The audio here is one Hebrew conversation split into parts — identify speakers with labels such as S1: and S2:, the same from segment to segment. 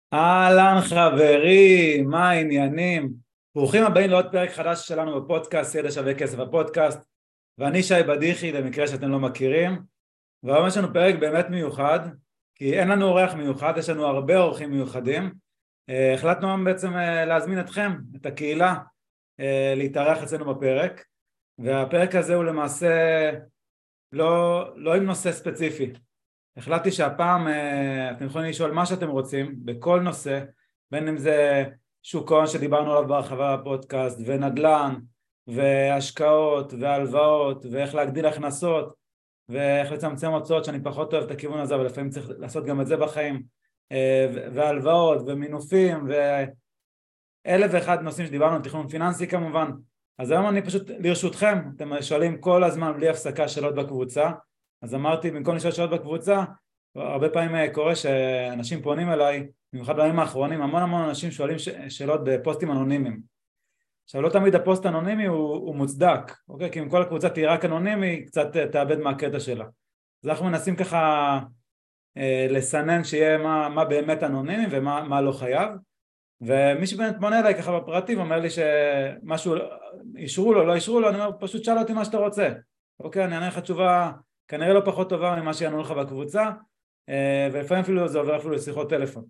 S1: אהלן חברים, מה העניינים? ברוכים הבאים לעוד פרק חדש שלנו בפודקאסט ידע שווה כסף הפודקאסט, ואני שי בדיחי למקרה שאתם לא מכירים. והיום יש לנו פרק באמת מיוחד, כי אין לנו אורח מיוחד, יש לנו הרבה אורחים מיוחדים. החלטנו היום בעצם להזמין אתכם, את הקהילה, להתארח אצלנו בפרק, והפרק הזה הוא למעשה לא עם נושא ספציפי. החלטתי שהפעם אתם יכולים לשאול מה שאתם רוצים בכל נושא, בין אם זה שוק ההון שדיברנו עליו בהרחבה בפודקאסט, ונדל"ן, והשקעות, והלוואות, ואיך להגדיל הכנסות, ואיך לצמצם הוצאות, שאני פחות אוהב את הכיוון הזה, אבל לפעמים צריך לעשות גם את זה בחיים, והלוואות, ומינופים, ואלף ואחד נושאים שדיברנו על תכנון פיננסי כמובן. אז היום אני פשוט לרשותכם, אתם שואלים כל הזמן בלי הפסקה שאלות בקבוצה, אז אמרתי במקום לשאול שאלות בקבוצה, הרבה פעמים קורה שאנשים פונים אליי, במיוחד בימים האחרונים, המון אנשים שואלים שאלות בפוסטים אנונימיים. עכשיו לא תמיד הפוסט אנונימי הוא מוצדק, אוקיי? כי אם כל הקבוצה תהיה רק אנונימי, קצת תאבד מהקטע שלה. אז אנחנו מנסים ככה לסנן שיהיה מה באמת אנונימי ומה לא חייב, ומי שבאמת פונה אליי ככה בפרטי ואומר לי שמשהו אישרו לו, לא אישרו לו, אני אומר פשוט שאל אותי מה שאתה רוצה, אוקיי? אני אענה לך תשובה כנראה לא פחות טובה ממה שיענו לך בקבוצה, ולפעמים אפילו זה עובר אפילו לשיחות טלפון.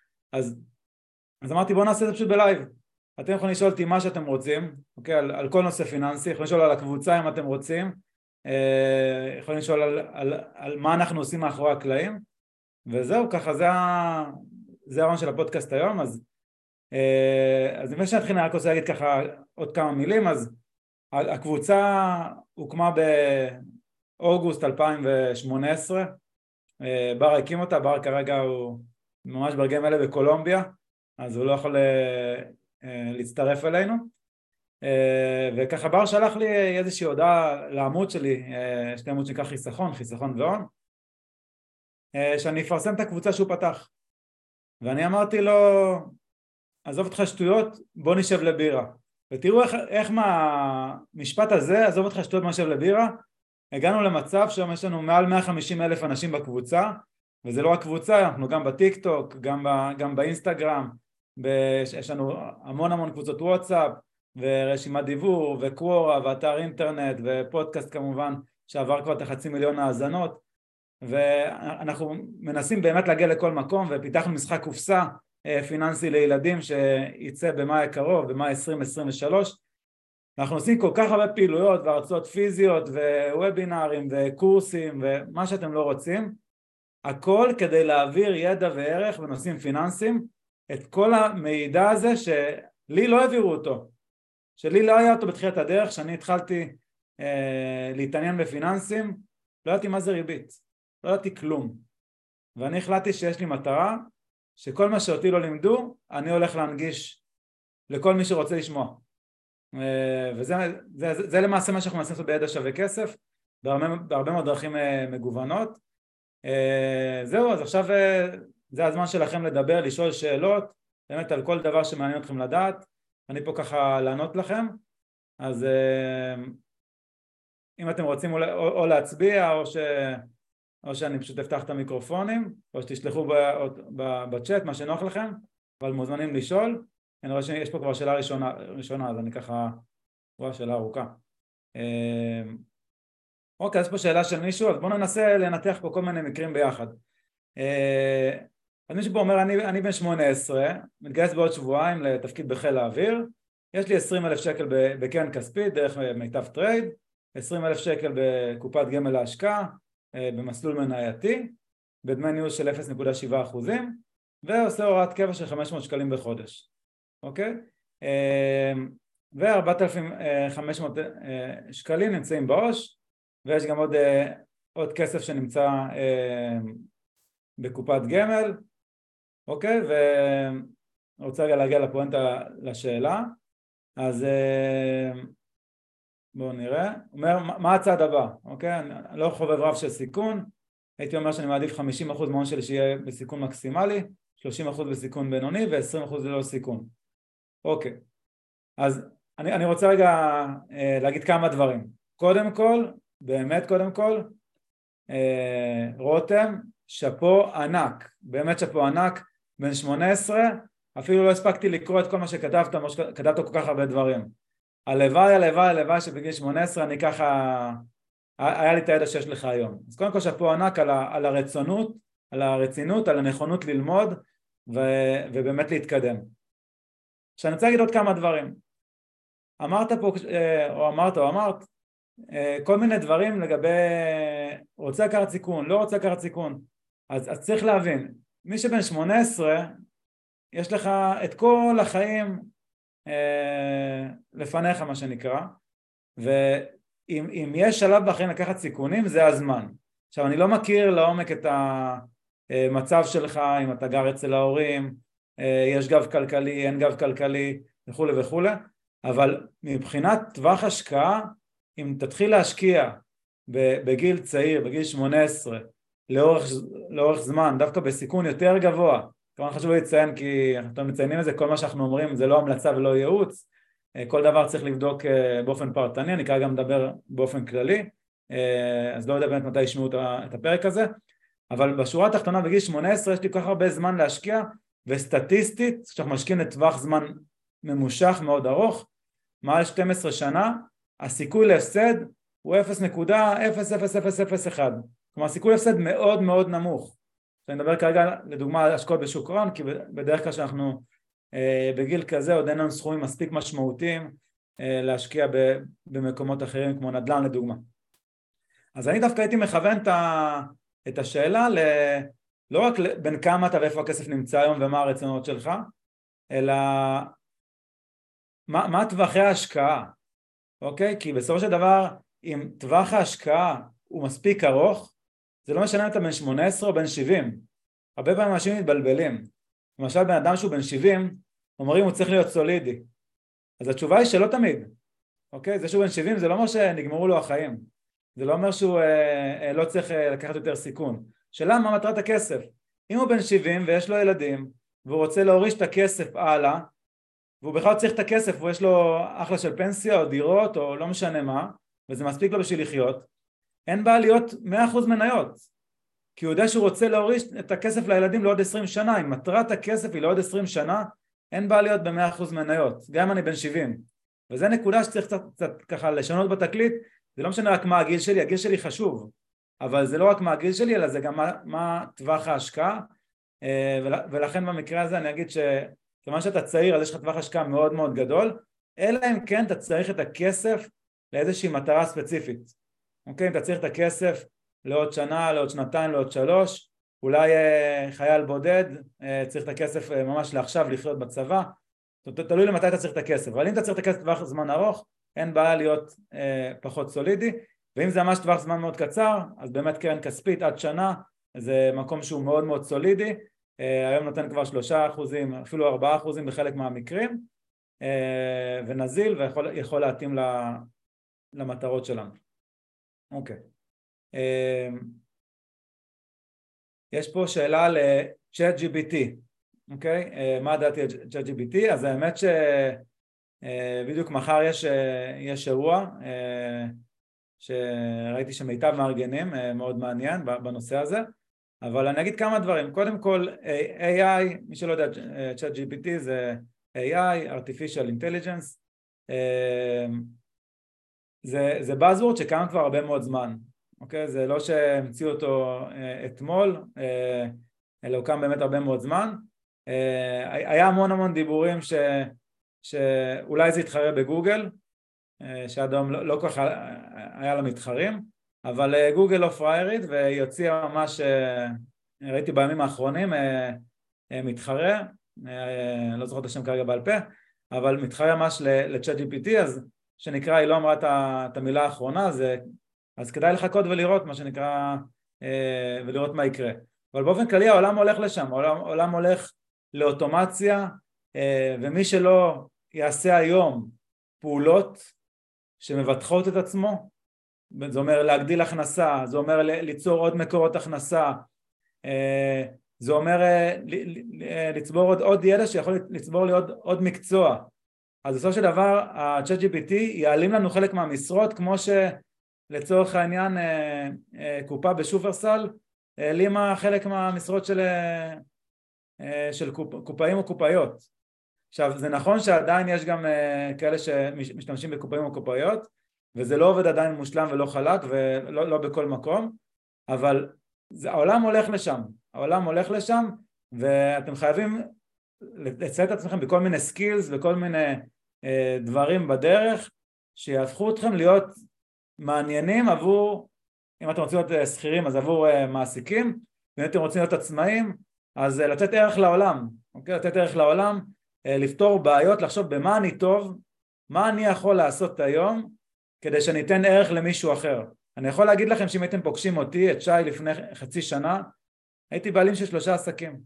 S1: אז אמרתי בואו נעשה את זה פשוט בלייב. אתם יכולים לשאול אותי מה שאתם רוצים, אוקיי? על כל נושא פיננסי, יכולים לשאול על הקבוצה אם אתם רוצים, יכולים לשאול על מה אנחנו עושים מאחורי הקלעים, וזהו, ככה זה הרעיון של הפודקאסט היום. אז לפני שנתחיל אני רק רוצה להגיד ככה עוד כמה מילים. אז הקבוצה הוקמה באוגוסט 2018, בר הקים אותה, בר כרגע הוא ממש ברגעים אלה בקולומביה, אז הוא לא יכול להצטרף אלינו, וככה בר שלח לי איזושהי הודעה לעמוד שלי, יש לי עמוד שנקרא חיסכון והון, שאני אפרסם את הקבוצה שהוא פתח, ואני אמרתי לו עזוב אותך שטויות, בוא נשב לבירה. ותראו איך מהמשפט הזה, עזוב אותך שטויות, בוא נשב לבירה, הגענו למצב שהיום יש לנו מעל 150,000 אנשים בקבוצה, וזה לא רק קבוצה, אנחנו גם בטיק טוק, גם באינסטגרם, יש לנו המון קבוצות וואטסאפ, ורשימת דיבור, וקוורה, ואתר אינטרנט, ופודקאסט כמובן, שעבר כבר את 500,000 האזנות, ואנחנו מנסים באמת להגיע לכל מקום, ופיתחנו משחק קופסה, פיננסי לילדים שיצא במאי הקרוב, במאי 2023. אנחנו עושים כל כך הרבה פעילויות והרצאות פיזיות ווובינרים וקורסים ומה שאתם לא רוצים, הכל כדי להעביר ידע וערך בנושאים פיננסיים, את כל המידע הזה שלי לא העבירו אותו, שלי לא היה אותו בתחילת הדרך. שאני התחלתי להתעניין בפיננסים, לא ידעתי מה זה ריבית, לא ידעתי כלום, ואני החלטתי שיש לי מטרה שכל מה שאותי לא לימדו, אני הולך להנגיש לכל מי שרוצה לשמוע. וזה למעשה מה שאנחנו מנסים לעשות בידע שווה כסף, בהרבה מאוד דרכים מגוונות. זהו, אז עכשיו זה הזמן שלכם לדבר, לשאול שאלות, באמת על כל דבר שמעניין אתכם לדעת. אני פה ככה לענות לכם. אז אם אתם רוצים או להצביע, או שאני פשוט אפתח את המיקרופונים, או שתשלחו בצ'אט מה שנוח לכם, אבל מוזמנים לשאול. אני רואה שיש פה כבר שאלה ראשונה, אז אני ככה, שאלה ארוכה. אוקיי, אז פה שאלה של מישהו, אז בואו ננסה לנתח פה כל מיני מקרים ביחד. אז מישהו פה אומר, אני בן 18, מתגייס בעוד שבועיים לתפקיד בחיל האוויר, יש לי 20,000 שקל בקרן כספית דרך מיטב טרייד, 20,000 שקל בקופת גמל להשקעה, במסלול מנייתי, בדמי ניהול של 0.7%, ועושה הוראת קבע של 500 שקלים בחודש. אוקיי? ו4,500 שקלים נמצאים בעו"ש, ויש גם עוד כסף שנמצא בקופת גמל. אוקיי? ואני רוצה רגע להגיע לפואנטה לשאלה. אז בואו נראה. אומר, מה הצעד הבא? אוקיי? אני לא חובב רב של סיכון, הייתי אומר שאני מעדיף 50% מההון שלי שיהיה בסיכון מקסימלי, 30% בסיכון בינוני ו20% ללא סיכון. אוקיי, אז אני רוצה רגע להגיד כמה דברים. קודם כל, באמת קודם כל, רותם, שפו ענק, באמת שפו ענק. בן 18, אפילו לא הספקתי לקרוא את כל מה שכתבת, כתבת כל כך הרבה דברים. הלוואי שבגיל 18 אני ככה, היה לי את הידע שיש לך היום. אז קודם כל שאפו ענק על הרצונות, על הרצינות, על הנכונות ללמוד ובאמת להתקדם. עכשיו אני רוצה להגיד עוד כמה דברים. אמרת כל מיני דברים לגבי רוצה לקחת סיכון, לא רוצה לקחת סיכון. אז צריך להבין, מי שבן 18 יש לך את כל החיים לפניך מה שנקרא, ואם יש שלב בחיים לקחת סיכונים זה הזמן. עכשיו אני לא מכיר לעומק את המצב שלך, אם אתה גר אצל ההורים, יש גב כלכלי, אין גב כלכלי וכו' וכו', אבל מבחינת טווח השקעה, אם תתחיל להשקיע בגיל צעיר, בגיל 18, לאורך זמן, דווקא בסיכון יותר גבוה, כמובן חשוב לציין כי אנחנו מציינים את זה, כל מה שאנחנו אומרים זה לא המלצה ולא ייעוץ, כל דבר צריך לבדוק באופן פרטני, אני כרגע מדבר באופן כללי, אז לא יודע באמת מתי ישמעו את הפרק הזה, אבל בשורה התחתונה בגיל 18 יש לי כל כך הרבה זמן להשקיע, וסטטיסטית, כשאנחנו משקיעים לטווח זמן ממושך מאוד ארוך, מעל 12 שנה, הסיכוי להפסד הוא 0.00001, כלומר הסיכוי להפסד מאוד מאוד נמוך. אני מדבר כרגע לדוגמה על השקעות בשוק ההון, כי בדרך כלל שאנחנו בגיל כזה עוד אין לנו סכומים מספיק משמעותיים להשקיע במקומות אחרים כמו נדל"ן לדוגמה. אז אני דווקא הייתי מכוון את השאלה לא רק בין כמה אתה ואיפה הכסף נמצא היום ומה הרצונות שלך, אלא מה טווחי ההשקעה, אוקיי? כי בסופו של דבר אם טווח ההשקעה הוא מספיק ארוך, זה לא משנה אם אתה בן 18 או בן 70. הרבה פעמים אנשים מתבלבלים. למשל בן אדם שהוא בן 70, אומרים הוא צריך להיות סולידי. אז התשובה היא שלא תמיד. אוקיי? זה שהוא בן 70 זה לא אומר שנגמרו לו החיים. זה לא אומר שהוא לא צריך לקחת יותר סיכון. שאלה מה מטרת הכסף? אם הוא בן 70 ויש לו ילדים, והוא רוצה להוריש את הכסף הלאה, והוא בכלל צריך את הכסף, ויש לו אחלה של פנסיה או דירות או לא משנה מה, וזה מספיק לו בשביל לחיות, אין בעיה להיות 100% מניות, כי הוא יודע שהוא רוצה להוריש את הכסף לילדים לעוד 20 שנה, אם מטרת הכסף היא לעוד 20 שנה, אין בעיה להיות ב100% מניות, גם אם אני בן 70, וזה נקודה שצריך קצת ככה לשנות בתקליט, זה לא משנה רק מה הגיל שלי, הגיל שלי חשוב, אבל זה לא רק מה הגיל שלי, אלא זה גם מה טווח ההשקעה, ולכן במקרה הזה אני אגיד שכיוון שאתה צעיר, אז יש לך טווח השקעה מאוד מאוד גדול, אלא אם כן אתה צריך את הכסף לאיזושהי מטרה ספציפית. אוקיי, אם אתה צריך את הכסף לעוד שנה, לעוד שנתיים, לעוד 3, אולי חייל בודד צריך את הכסף ממש לעכשיו לחיות בצבא, תלוי למתי אתה צריך את הכסף, אבל אם אתה צריך את הכסף טווח זמן ארוך, אין בעיה להיות פחות סולידי, ואם זה ממש טווח זמן מאוד קצר, אז באמת קרן כספית עד שנה, זה מקום שהוא מאוד מאוד סולידי, היום נותן כבר 3%, אפילו 4% בחלק מהמקרים, ונזיל ויכול להתאים למטרות שלנו. אוקיי. יש פה שאלה ל-ChatGPT, אוקיי? מה דעתי על ChatGPT? אז האמת שבדיוק מחר יש אירוע שראיתי שמיטב מארגנים, מאוד מעניין בנושא הזה, אבל אני אגיד כמה דברים. קודם כל, AI, מי שלא יודע, ChatGPT זה AI, Artificial Intelligence, זה buzzword שקם כבר הרבה מאוד זמן, אוקיי? זה לא שהמציאו אותו אתמול, אלא הוא קם באמת הרבה מאוד זמן. היה המון דיבורים שאולי זה יתחרה בגוגל, שעד היום לא כל כך היה לה מתחרים, אבל גוגל לא פריירית והיא הוציאה ממש, ראיתי בימים האחרונים, מתחרה, לא זוכר את השם כרגע בעל פה, אבל מתחרה ממש ל-ChatGPT, אז שנקרא, היא לא אמרה את המילה האחרונה, אז כדאי לחכות ולראות מה שנקרא, ולראות מה יקרה. אבל באופן כללי העולם הולך לשם, העולם הולך לאוטומציה, ומי שלא יעשה היום פעולות שמבטחות את עצמו, זה אומר להגדיל הכנסה, זה אומר ליצור עוד מקורות הכנסה, זה אומר לצבור עוד ידע שיכול לצבור לי עוד מקצוע. אז בסופו של דבר ה-ChatGPT יעלים לנו חלק מהמשרות, כמו שלצורך העניין קופה בשופרסל העלימה חלק מהמשרות של קופאים או קופאיות. עכשיו, זה נכון שעדיין יש גם כאלה שמשתמשים בקופאים או קופאיות, וזה לא עובד עדיין מושלם ולא חלק ולא בכל מקום, אבל העולם הולך לשם, העולם הולך לשם, ואתם חייבים לציית את עצמכם בכל מיני סקילס וכל מיני דברים בדרך, שיהפכו אתכם להיות מעניינים עבור, אם אתם רוצים להיות שכירים אז עבור מעסיקים, ואם אתם רוצים להיות עצמאים, אז לתת ערך לעולם, אוקיי? לתת ערך לעולם, לפתור בעיות, לחשוב במה אני טוב, מה אני יכול לעשות היום, כדי שאני אתן ערך למישהו אחר. אני יכול להגיד לכם שאם הייתם פוגשים אותי, את שי לפני חצי שנה, הייתי בעלים של 3 עסקים.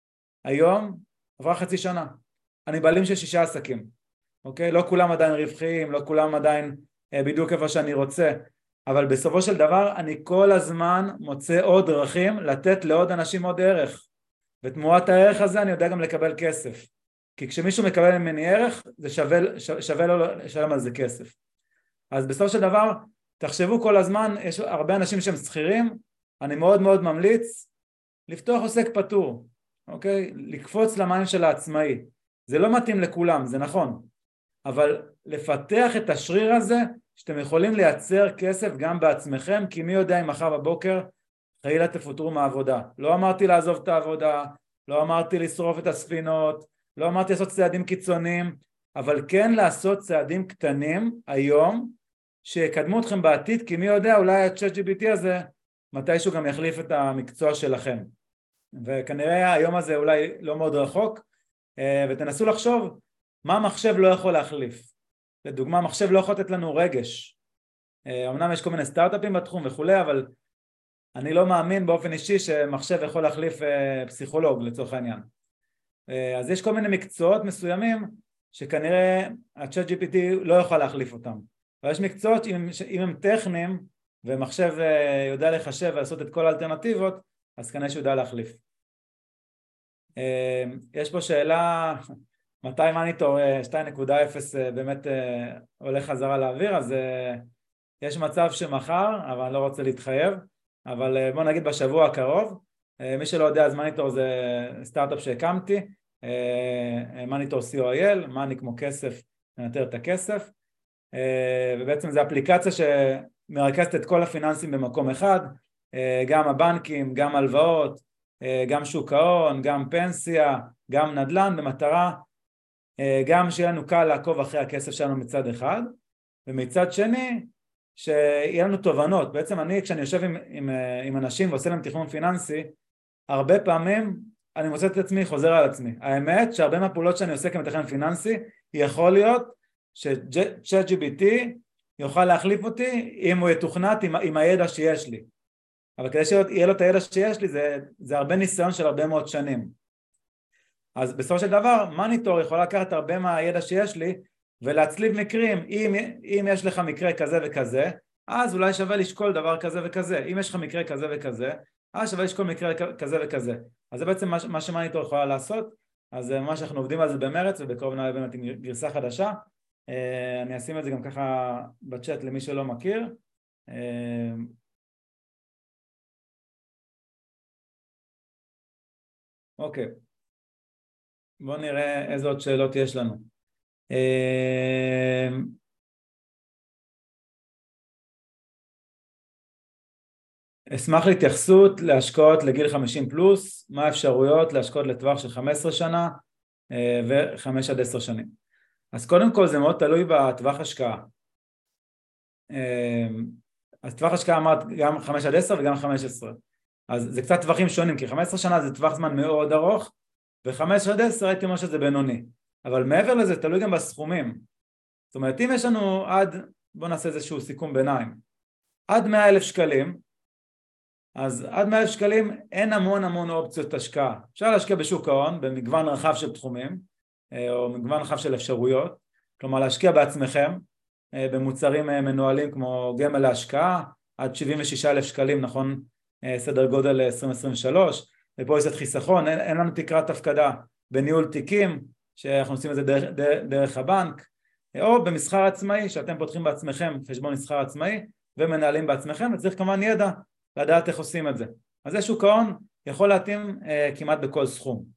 S1: היום עברה חצי שנה, אני בעלים של 6 עסקים, אוקיי? לא כולם עדיין רווחיים, לא כולם עדיין בדיוק איפה שאני רוצה, אבל בסופו של דבר אני כל הזמן מוצא עוד דרכים לתת לעוד אנשים עוד ערך, ותמורת הערך הזה אני יודע גם לקבל כסף, כי כשמישהו מקבל ממני ערך זה שווה לו לשלם על זה כסף. אז בסופו של דבר תחשבו כל הזמן, יש הרבה אנשים שהם שכירים, אני מאוד מאוד ממליץ לפתוח עוסק פטור, אוקיי? לקפוץ למים של העצמאי, זה לא מתאים לכולם, זה נכון, אבל לפתח את השריר הזה שאתם יכולים לייצר כסף גם בעצמכם, כי מי יודע אם מחר בבוקר חלילה תפוטרו מהעבודה. לא אמרתי לעזוב את העבודה, לא אמרתי לשרוף את הספינות, לא אמרתי לעשות צעדים קיצוניים, אבל כן לעשות צעדים קטנים היום שיקדמו אתכם בעתיד, כי מי יודע אולי ה-ChatGPT הזה מתישהו גם יחליף את המקצוע שלכם, וכנראה היום הזה אולי לא מאוד רחוק, ותנסו לחשוב מה מחשב לא יכול להחליף. לדוגמה, מחשב לא יכול לתת לנו רגש, אמנם יש כל מיני סטארט-אפים בתחום וכולי, אבל אני לא מאמין באופן אישי שמחשב יכול להחליף פסיכולוג לצורך העניין. אז יש כל מיני מקצועות מסוימים שכנראה ה-ChatGPT לא יכול להחליף אותם, אבל יש מקצועות אם הם טכניים ומחשב יודע לחשב ולעשות את כל האלטרנטיבות, אז כנראה שהוא יודע להחליף. יש פה שאלה, מתי מניטור 2.0 באמת הולך חזרה לאוויר? אז יש מצב שמחר, אבל אני לא רוצה להתחייב, אבל בוא נגיד בשבוע הקרוב. מי שלא יודע, אז מניטור זה סטארט-אפ שהקמתי, מניטור co.il, מני כמו כסף, מנטר את הכסף, ובעצם זה אפליקציה שמרכזת את כל הפיננסים במקום אחד, גם הבנקים, גם הלוואות, גם שוק ההון, גם פנסיה, גם נדל"ן, במטרה גם שיהיה לנו קל לעקוב אחרי הכסף שלנו מצד אחד, ומצד שני שיהיה לנו תובנות. בעצם כשאני יושב עם אנשים ועושה להם תכנון פיננסי, הרבה פעמים אני מוצא את עצמי חוזר על עצמי. האמת שהרבה מהפעולות שאני עושה כמתכנן פיננסי, יכול להיות ש-ChatGPT יוכל להחליף אותי אם הוא יתוכנת עם הידע שיש לי. אבל כדי שיהיה לו את הידע שיש לי, זה הרבה ניסיון של הרבה מאוד שנים. אז בסופו של דבר, מניטור יכול לקחת הרבה מהידע שיש לי, ולהצליב מקרים. אם יש לך מקרה כזה וכזה, אז אולי שווה לשקול דבר כזה וכזה. אם יש לך מקרה כזה וכזה, אז שווה לשקול מקרה כזה וכזה. אז זה בעצם מה שמניטור יכולה לעשות. אז ממש אנחנו עובדים על זה במרץ, ובקרוב נעלה באמת עם גרסה חדשה. אני אשים את זה גם ככה בצ'אט למי שלא מכיר. אוקיי. בואו נראה איזה עוד שאלות יש לנו. אשמח להתייחסות להשקעות לגיל 50 פלוס, מה האפשרויות להשקעות לטווח של 15 שנה ו5 עד 10 שנים. אז קודם כל זה מאוד תלוי בטווח השקעה. אז טווח השקעה אמרת גם 5 עד 10 וגם 15. אז זה קצת טווחים שונים, כי 15 שנה זה טווח זמן מאוד ארוך, ו5 עד 10 הייתי אומר שזה בינוני. אבל מעבר לזה תלוי גם בסכומים. זאת אומרת, אם יש לנו בוא נעשה איזשהו סיכום ביניים, עד 100,000 שקלים, אז עד 100,000 שקלים אין המון אופציות השקעה. אפשר להשקיע בשוק ההון במגוון רחב של תחומים, או מגוון רחב של אפשרויות, כלומר להשקיע בעצמכם, במוצרים מנוהלים כמו גמל להשקעה, עד 76,000 שקלים, נכון, סדר גודל 2023, בפוליסת חיסכון, אין לנו תקרת הפקדה בניהול תיקים, שאנחנו עושים את זה דרך הבנק, או במסחר עצמאי, שאתם פותחים בעצמכם חשבון מסחר עצמאי, ומנהלים בעצמכם, וצריך כמובן ידע לדעת איך עושים את זה. אז זה שוק ההון יכול להתאים כמעט בכל סכום.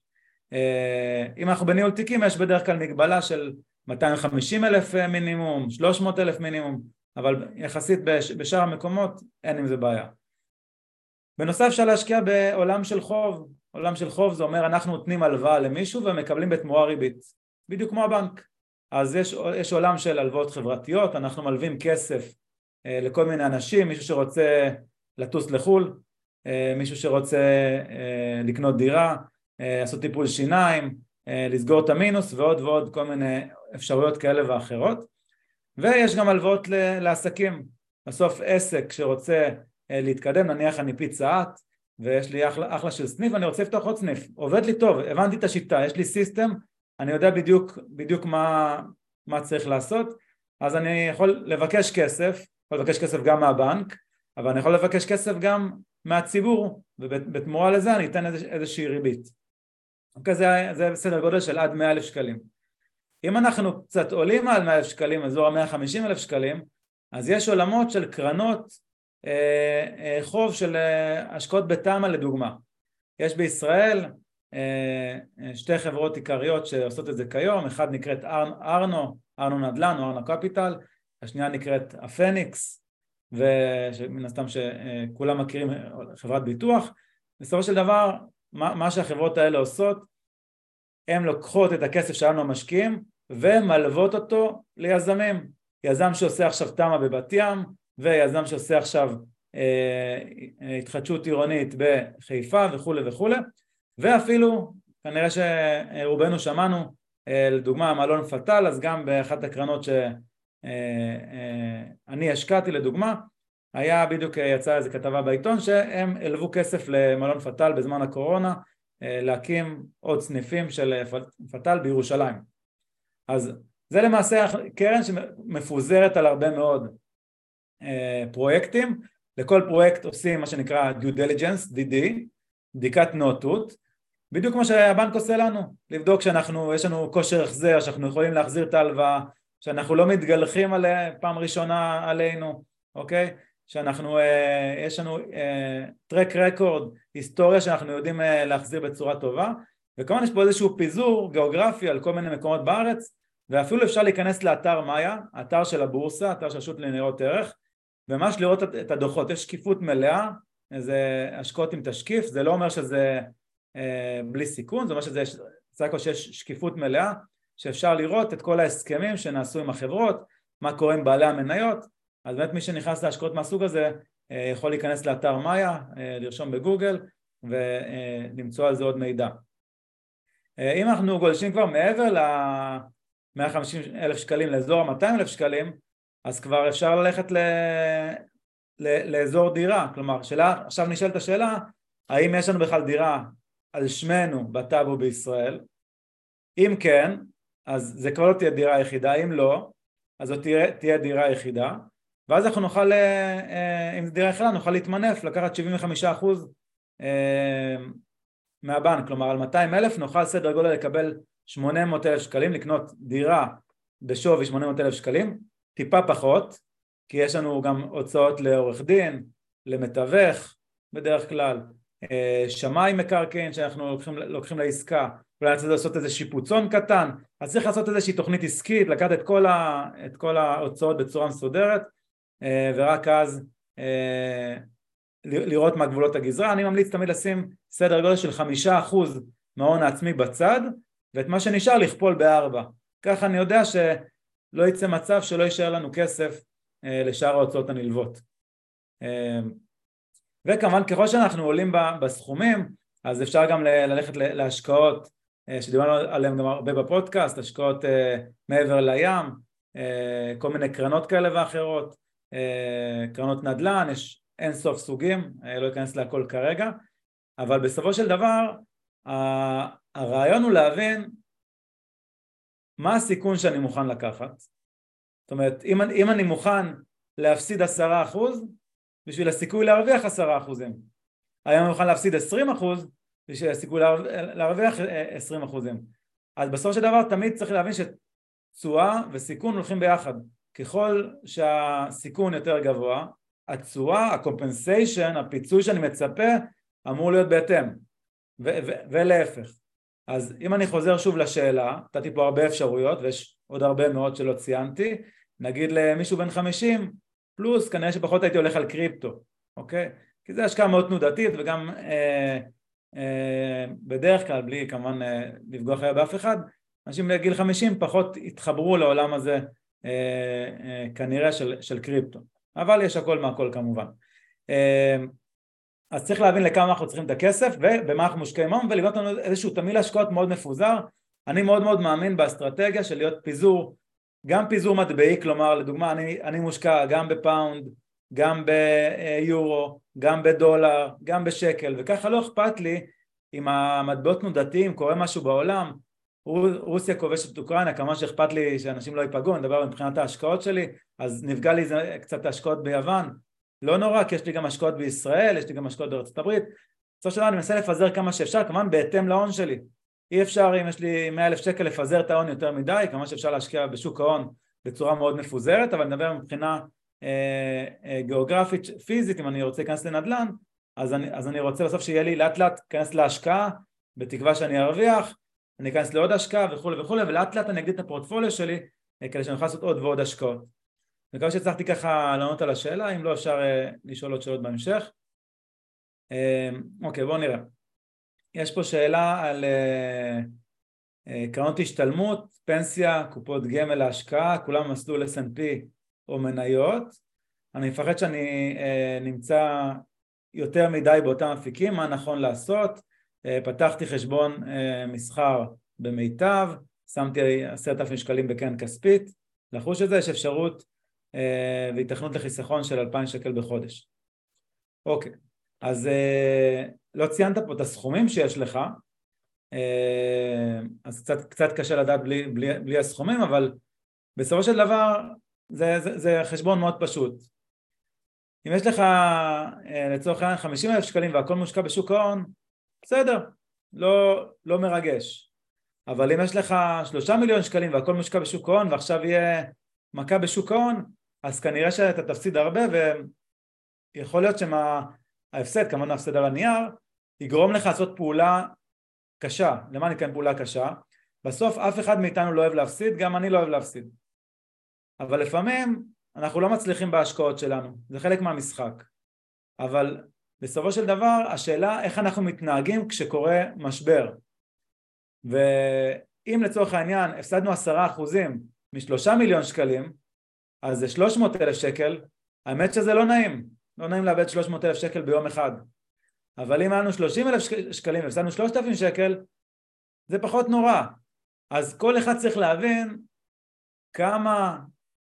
S1: אם אנחנו בניהול תיקים יש בדרך כלל מגבלה של 250,000 מינימום, 300,000 מינימום, אבל יחסית בשאר המקומות אין עם זה בעיה. בנוסף אפשר להשקיע בעולם של חוב. עולם של חוב זה אומר אנחנו נותנים הלוואה למישהו ומקבלים בתמורה ריבית, בדיוק כמו הבנק. אז יש עולם של הלוואות חברתיות, אנחנו מלווים כסף לכל מיני אנשים, מישהו שרוצה לטוס לחול, מישהו שרוצה לקנות דירה, לעשות טיפול שיניים, לסגור את המינוס ועוד ועוד כל מיני אפשרויות כאלה ואחרות. ויש גם הלוואות לעסקים. בסוף עסק שרוצה להתקדם, נניח אני פיצה את ויש לי אחלה של סניף, אני רוצה לפתוח עוד סניף, עובד לי טוב, הבנתי את השיטה, יש לי סיסטם, אני יודע בדיוק מה צריך לעשות, אז אני יכול לבקש כסף, יכול לבקש כסף גם מהבנק, אבל אני יכול לבקש כסף גם מהציבור, ובתמורה לזה אני אתן איזושהי ריבית. אוקיי, זה בסדר גודל של עד 100,000 שקלים. אם אנחנו קצת עולים על 100,000 שקלים, אזור 150,000 שקלים, אז יש עולמות של קרנות חוב של השקעות בתמה לדוגמה. יש בישראל שתי חברות עיקריות שעושות את זה כיום, אחד נקראת ארנו נדל"ן או ארנו קפיטל, השנייה נקראת הפניקס, ומן הסתם שכולם מכירים חברת ביטוח. בסופו של דבר מה שהחברות האלה עושות, הן לוקחות את הכסף שלנו המשקיעים ומלוות אותו ליזמים, יזם שעושה עכשיו תמה בבת ים ויזם שעושה עכשיו התחדשות עירונית בחיפה וכו' וכו', ואפילו כנראה שרובנו שמענו לדוגמה מלון פטל, אז גם באחת הקרנות שאני השקעתי לדוגמה, היה בדיוק יצא איזו כתבה בעיתון שהם הלוו כסף למלון פטל בזמן הקורונה להקים עוד סניפים של פטל בירושלים. אז זה למעשה קרן שמפוזרת על הרבה מאוד פרויקטים. לכל פרויקט עושים מה שנקרא due diligence, DD, בדיקת נאותות, בדיוק כמו שהבנק עושה לנו, לבדוק שיש לנו כושר החזר, שאנחנו יכולים להחזיר את ההלוואה, שאנחנו לא מתגלחים עליה פעם ראשונה עלינו, אוקיי? יש לנו טרק רקורד, היסטוריה שאנחנו יודעים להחזיר בצורה טובה, וכמובן יש פה איזשהו פיזור גיאוגרפי על כל מיני מקומות בארץ, ואפילו אפשר להיכנס לאתר מאיה, אתר של הבורסה, אתר של רשות לניירות ערך, וממש לראות את הדוחות. יש שקיפות מלאה, זה השקעות עם תשקיף, זה לא אומר שזה בלי סיכון, זה אומר שיש שקיפות מלאה, שאפשר לראות את כל ההסכמים שנעשו עם החברות, מה קורה עם בעלי המניות. אז באמת מי שנכנס להשקעות מהסוג הזה יכול להיכנס לאתר מאיה, לרשום בגוגל ולמצוא על זה עוד מידע. אם אנחנו גולשים כבר מעבר ל-150,000 שקלים לאזור ה-200,000 שקלים, אז כבר אפשר ללכת לאזור דירה. כלומר, עכשיו נשאלת השאלה, האם יש לנו בכלל דירה על שמנו בטאבו בישראל? אם כן, אז זה כבר לא תהיה דירה יחידה, אם לא, אז זאת תהיה דירה יחידה, ואז אנחנו נוכל, אם זו דירה יחידה, נוכל להתמנף, לקחת 75% מהבנק, כלומר על 200,000 נוכל סדר גודל לקבל 800,000 שקלים, לקנות דירה בשווי 800,000 שקלים, טיפה פחות, כי יש לנו גם הוצאות לעורך דין, למתווך בדרך כלל, שמאי מקרקעין שאנחנו לוקחים לעסקה, אולי צריך לעשות איזה שיפוצון קטן, אז צריך לעשות איזושהי תוכנית עסקית, לקחת את כל ההוצאות בצורה מסודרת, ורק אז לראות מה גבולות הגזרה. אני ממליץ תמיד לשים סדר גודל של 5% מההון העצמי בצד, ואת מה שנשאר לכפול ב4. ככה אני יודע שלא יצא מצב שלא יישאר לנו כסף לשאר ההוצאות הנלוות. וכמובן ככל שאנחנו עולים בסכומים, אז אפשר גם ללכת להשקעות שדיברנו עליהן גם הרבה בפודקאסט, השקעות מעבר לים, כל מיני קרנות כאלה ואחרות, קרנות נדל"ן, יש אין סוף סוגים, לא אכנס להכל כרגע, אבל בסופו של דבר הרעיון הוא להבין מה הסיכון שאני מוכן לקחת. זאת אומרת, אם אני מוכן להפסיד 10% בשביל הסיכוי להרוויח 10%, היום אני מוכן להפסיד 20% בשביל הסיכוי להרוויח 20%. אז בסופו של דבר תמיד צריך להבין שתשואה וסיכון הולכים ביחד. ככל שהסיכון יותר גבוה, התשואה, הקומפנסיישן, הפיצוי שאני מצפה, אמור להיות בהתאם, ולהפך. אז אם אני חוזר שוב לשאלה, נתתי פה הרבה אפשרויות ויש עוד הרבה מאוד שלא ציינתי, נגיד למישהו בן 50 פלוס, כנראה שפחות הייתי הולך על קריפטו, אוקיי? כי זה השקעה מאוד תנודתית וגם בדרך כלל, בלי כמובן לפגוע חיי באף אחד, אנשים בגיל 50 פחות התחברו לעולם הזה כנראה של קריפטו, אבל יש הכל מהכל כמובן. אז צריך להבין לכמה אנחנו צריכים את הכסף ובמה אנחנו מושקעים היום, ולבנות לנו איזשהו תמהיל השקעות מאוד מפוזר. אני מאוד מאוד מאמין באסטרטגיה של להיות פיזור, גם פיזור מטבעי, כלומר לדוגמה אני מושקע גם בפאונד, גם ביורו, גם בדולר, גם בשקל, וככה לא אכפת לי אם המטבעות תנודתיים, קורה משהו בעולם, רוסיה כובשת את אוקראינה, כמה שאכפת לי שאנשים לא ייפגעו, נדבר מבחינת ההשקעות שלי, אז נפגע לי קצת השקעות ביוון, לא נורא, כי יש לי גם השקעות בישראל, יש לי גם השקעות בארצות הברית. בסופו של דבר אני מנסה לפזר כמה שאפשר, כמובן בהתאם להון שלי. אי אפשר, אם יש לי 100,000 שקל, לפזר את ההון יותר מדי, כמובן שאפשר להשקיע בשוק ההון בצורה מאוד מפוזרת, אבל נדבר מבחינה גיאוגרפית, פיזית, אם אני רוצה להיכנס לנדל"ן, אז אני רוצה בסוף שיהיה לי לאט לאט להיכנס להשקעה, בתקווה שאני ארוויח, אני אכנס לעוד השקעה וכו' וכו', ולאט לאט אני אגדיל את הפורטפוליו שלי, כדי שאני אוכל לעשות עוד ועוד השקעות. אני מקווה שהצלחתי ככה לענות על השאלה, אם לא אפשר לשאול עוד שאלות בהמשך. אוקיי, בואו נראה. יש פה שאלה על קרנות השתלמות, פנסיה, קופות גמל להשקעה, כולם מסלול S&P או מניות. אני מפחד שאני נמצא יותר מדי באותם אפיקים, מה נכון לעשות? פתחתי חשבון מסחר במיטב, שמתי 10,000 שקלים בקרן כספית, לחוש את זה, יש אפשרות והתכנות לחיסכון של 2,000 שקל בחודש. אוקיי, אז לא ציינת פה את הסכומים שיש לך, אז קצת קשה לדעת בלי הסכומים, אבל בסופו של דבר זה חשבון מאוד פשוט. אם יש לך לצורך העניין 50,000 שקלים והכל מושקע בשוק ההון, בסדר, לא מרגש. אבל אם יש לך 3 מיליון שקלים והכל מושקע בשוק ההון ועכשיו יהיה מכה בשוק ההון, אז כנראה שאתה תפסיד הרבה, ויכול להיות שההפסד, כמובן ההפסד על הנייר, יגרום לך לעשות פעולה קשה. למה אני כאן פעולה קשה? בסוף אף אחד מאיתנו לא אוהב להפסיד, גם אני לא אוהב להפסיד. אבל לפעמים אנחנו לא מצליחים בהשקעות שלנו, זה חלק מהמשחק. אבל בסופו של דבר השאלה איך אנחנו מתנהגים כשקורה משבר. ואם לצורך העניין הפסדנו 10% מ3 מיליון שקלים, אז זה 300,000 שקל, האמת שזה לא נעים, לא נעים לאבד 300,000 שקל ביום אחד. אבל אם היינו 30,000 שקלים והפסדנו 3,000 שקל, זה פחות נורא. אז כל אחד צריך להבין כמה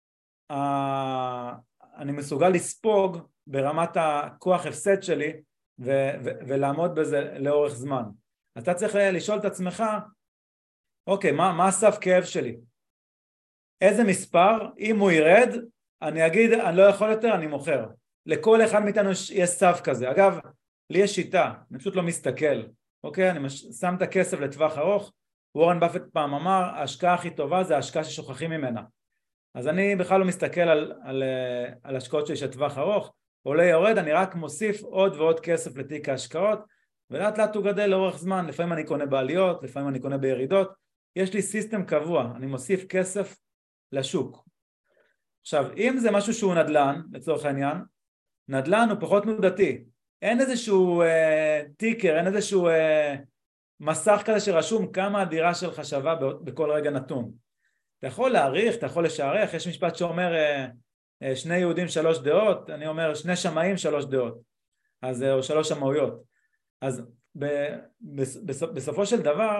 S1: אני מסוגל לספוג ברמת הכוח הפסד שלי ולעמוד בזה לאורך זמן. אז אתה צריך לשאול את עצמך, אוקיי, מה הסף כאב שלי? איזה מספר, אם הוא ירד, אני אגיד, אני לא יכול יותר, אני מוכר. לכל אחד מאיתנו יש סף כזה. אגב, לי יש שיטה, אני פשוט לא מסתכל. אוקיי, אני שם את הכסף לטווח ארוך. וורן באפט פעם אמר, ההשקעה הכי טובה זה ההשקעה ששוכחים ממנה. אז אני בכלל לא מסתכל על השקעות שלי של טווח ארוך, עולה יורד, אני רק מוסיף עוד ועוד כסף לתיק ההשקעות, ולאט לאט הוא גדל לאורך זמן, לפעמים אני קונה בעליות, לפעמים אני קונה בירידות, יש לי סיסטם קבוע, אני מוסיף כסף לשוק. עכשיו, אם זה משהו שהוא נדל"ן, לצורך העניין, נדל"ן הוא פחות תנודתי, אין איזשהו טיקר, אין איזשהו מסך כזה שרשום כמה הדירה שלך שווה בכל רגע נתון. אתה יכול להעריך, אתה יכול לשערך, יש משפט שאומר 2 יהודים 3 דעות, אני אומר 2 שמאים 3 דעות, אז, או 3 שמאויות. אז בסופו של דבר,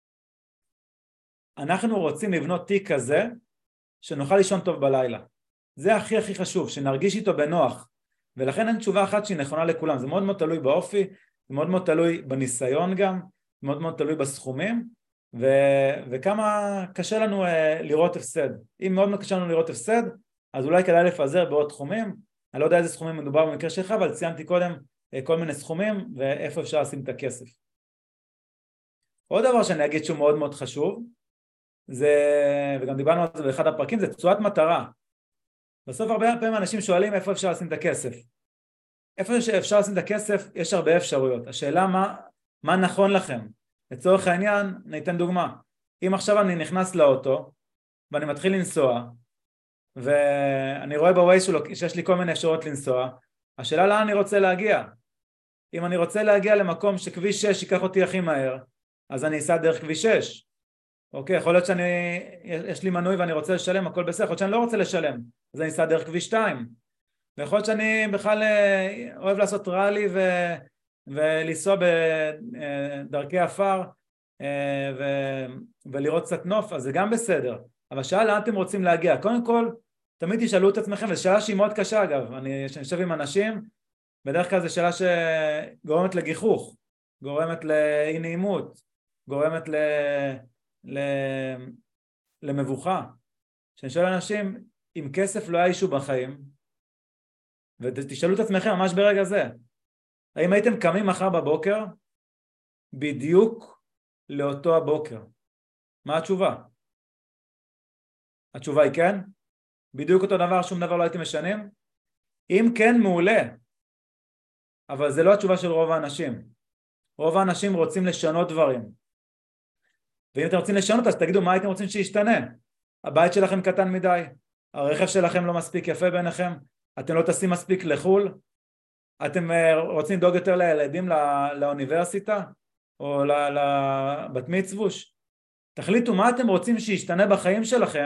S1: אנחנו רוצים לבנות תיק כזה, שנוכל לישון טוב בלילה. זה הכי הכי חשוב, שנרגיש איתו בנוח, ולכן אין תשובה אחת שהיא נכונה לכולם, זה מאוד מאוד תלוי באופי, זה מאוד מאוד תלוי בניסיון גם, זה מאוד מאוד תלוי בסכומים, וכמה קשה לנו לראות הפסד. אם מאוד מאוד קשה לנו לראות הפסד, אז אולי כדאי לפזר בעוד תחומים, אני לא יודע איזה סכומים מדובר במקרה שלך, אבל ציינתי קודם כל מיני סכומים, ואיפה אפשר לשים את הכסף. עוד דבר שאני אגיד שהוא מאוד מאוד חשוב, זה, וגם דיברנו על זה באחד הפרקים, זה תשואת מטרה. בסוף הרבה פעמים אנשים שואלים איפה אפשר לשים את הכסף. איפה שאפשר לשים את הכסף, יש הרבה אפשרויות. השאלה מה נכון לכם. לצורך העניין, ניתן דוגמה. אם עכשיו אני נכנס לאוטו, ואני מתחיל לנסוע, ואני רואה בווייז שלו שיש לי כל מיני אפשרויות לנסוע, השאלה לאן אני רוצה להגיע. אם אני רוצה להגיע למקום שכביש 6 ייקח אותי הכי מהר, אז אני אסע דרך כביש 6. אוקיי, יכול להיות יש לי מנוי ואני רוצה לשלם, הכל בסדר, יכול להיות שאני לא רוצה לשלם, אז אני אסע דרך כביש 2. ויכול להיות שאני בכלל אוהב לעשות ראלי ולנסוע בדרכי עפר ולראות קצת נוף, אז זה גם בסדר. אבל שאלה לאן אתם רוצים להגיע? קודם כל, תמיד תשאלו את עצמכם, וזו שאלה שהיא מאוד קשה אגב, אני יושב עם אנשים, בדרך כלל זו שאלה שגורמת לגיחוך, גורמת לאי נעימות, גורמת למבוכה. שאני שואל אנשים, אם כסף לא היה אישו בחיים, ותשאלו את עצמכם ממש ברגע זה, האם הייתם קמים מחר בבוקר בדיוק לאותו הבוקר? מה התשובה? התשובה היא כן? בדיוק אותו דבר, שום דבר לא הייתם משנים? אם כן, מעולה. אבל זה לא התשובה של רוב האנשים. רוב האנשים רוצים לשנות דברים. ואם אתם רוצים לשנות, אז תגידו מה הייתם רוצים שישתנה. הבית שלכם קטן מדי, הרכב שלכם לא מספיק יפה ביניכם, אתם לא טסים מספיק לחול, אתם רוצים לדאוג יותר לילדים לאוניברסיטה, או לבת מצווש. תחליטו מה אתם רוצים שישתנה בחיים שלכם,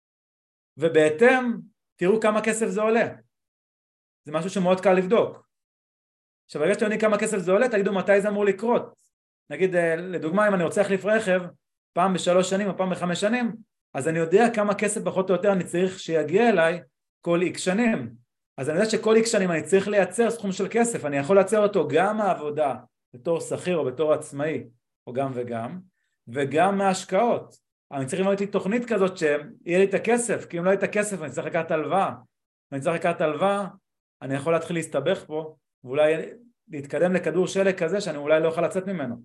S1: ובהתאם תראו כמה כסף זה עולה. זה משהו שמאוד קל לבדוק. עכשיו, ברגע שאתם יודעים כמה כסף זה עולה, תגידו מתי זה אמור לקרות. נגיד, לדוגמה, אם אני רוצה להחליף רכב, פעם ב3 שנים או פעם ב5 שנים, אז אני יודע כמה כסף פחות או יותר אני צריך שיגיע אליי כל X שנים. אז אני יודע שכל X שנים אני צריך לייצר סכום של כסף, אני יכול לייצר אותו גם מהעבודה, בתור שכיר או בתור עצמאי, או גם וגם, וגם מההשקעות. אני צריך לבנות לי תוכנית כזאת שיהיה לי את הכסף, כי אם לא יהיה את הכסף אני צריך לקחת הלוואה. אני צריך לקחת הלוואה, אני יכול להתחיל להסתבך פה, ואולי להתקדם לכדור שלג כזה שאני אולי לא יכול לצאת ממנו.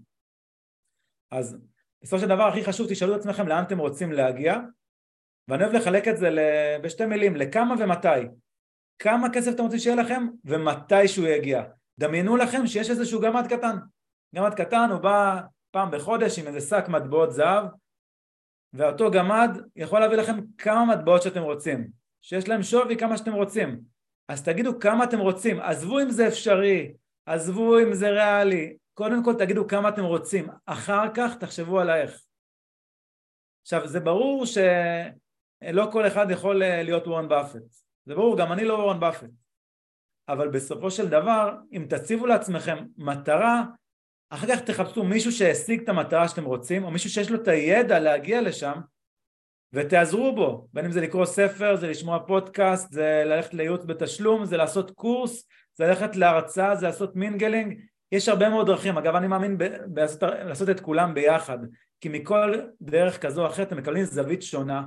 S1: אז בסופו של דבר הכי חשוב, תשאלו את עצמכם לאן אתם רוצים להגיע, ואני אוהב לחלק את זה בשתי מילים, לכמה ומתי. כמה כסף אתם רוצים שיהיה לכם ומתי שהוא יגיע. דמיינו לכם שיש איזשהו גמד קטן. גמד קטן הוא בא פעם בחודש עם איזה שק מטבעות זהב, ואותו גמד יכול להביא לכם כמה מטבעות שאתם רוצים, שיש להם שווי כמה שאתם רוצים. אז תגידו כמה אתם רוצים, עזבו אם זה אפשרי, עזבו אם זה ריאלי, קודם כל תגידו כמה אתם רוצים, אחר כך תחשבו על האיך. עכשיו זה ברור שלא כל אחד יכול להיות וורן באפט, זה ברור, גם אני לא וורן באפט, אבל בסופו של דבר אם תציבו לעצמכם מטרה, אחר כך תחפשו מישהו שהשיג את המטרה שאתם רוצים, או מישהו שיש לו את הידע להגיע לשם, ותעזרו בו, בין אם זה לקרוא ספר, זה לשמוע פודקאסט, זה ללכת לייעוץ בתשלום, זה לעשות קורס, זה ללכת להרצאה, זה לעשות מינגלינג, יש הרבה מאוד דרכים. אגב, אני מאמין לעשות את כולם ביחד, כי מכל דרך כזו או אחרת אתם מקבלים זווית שונה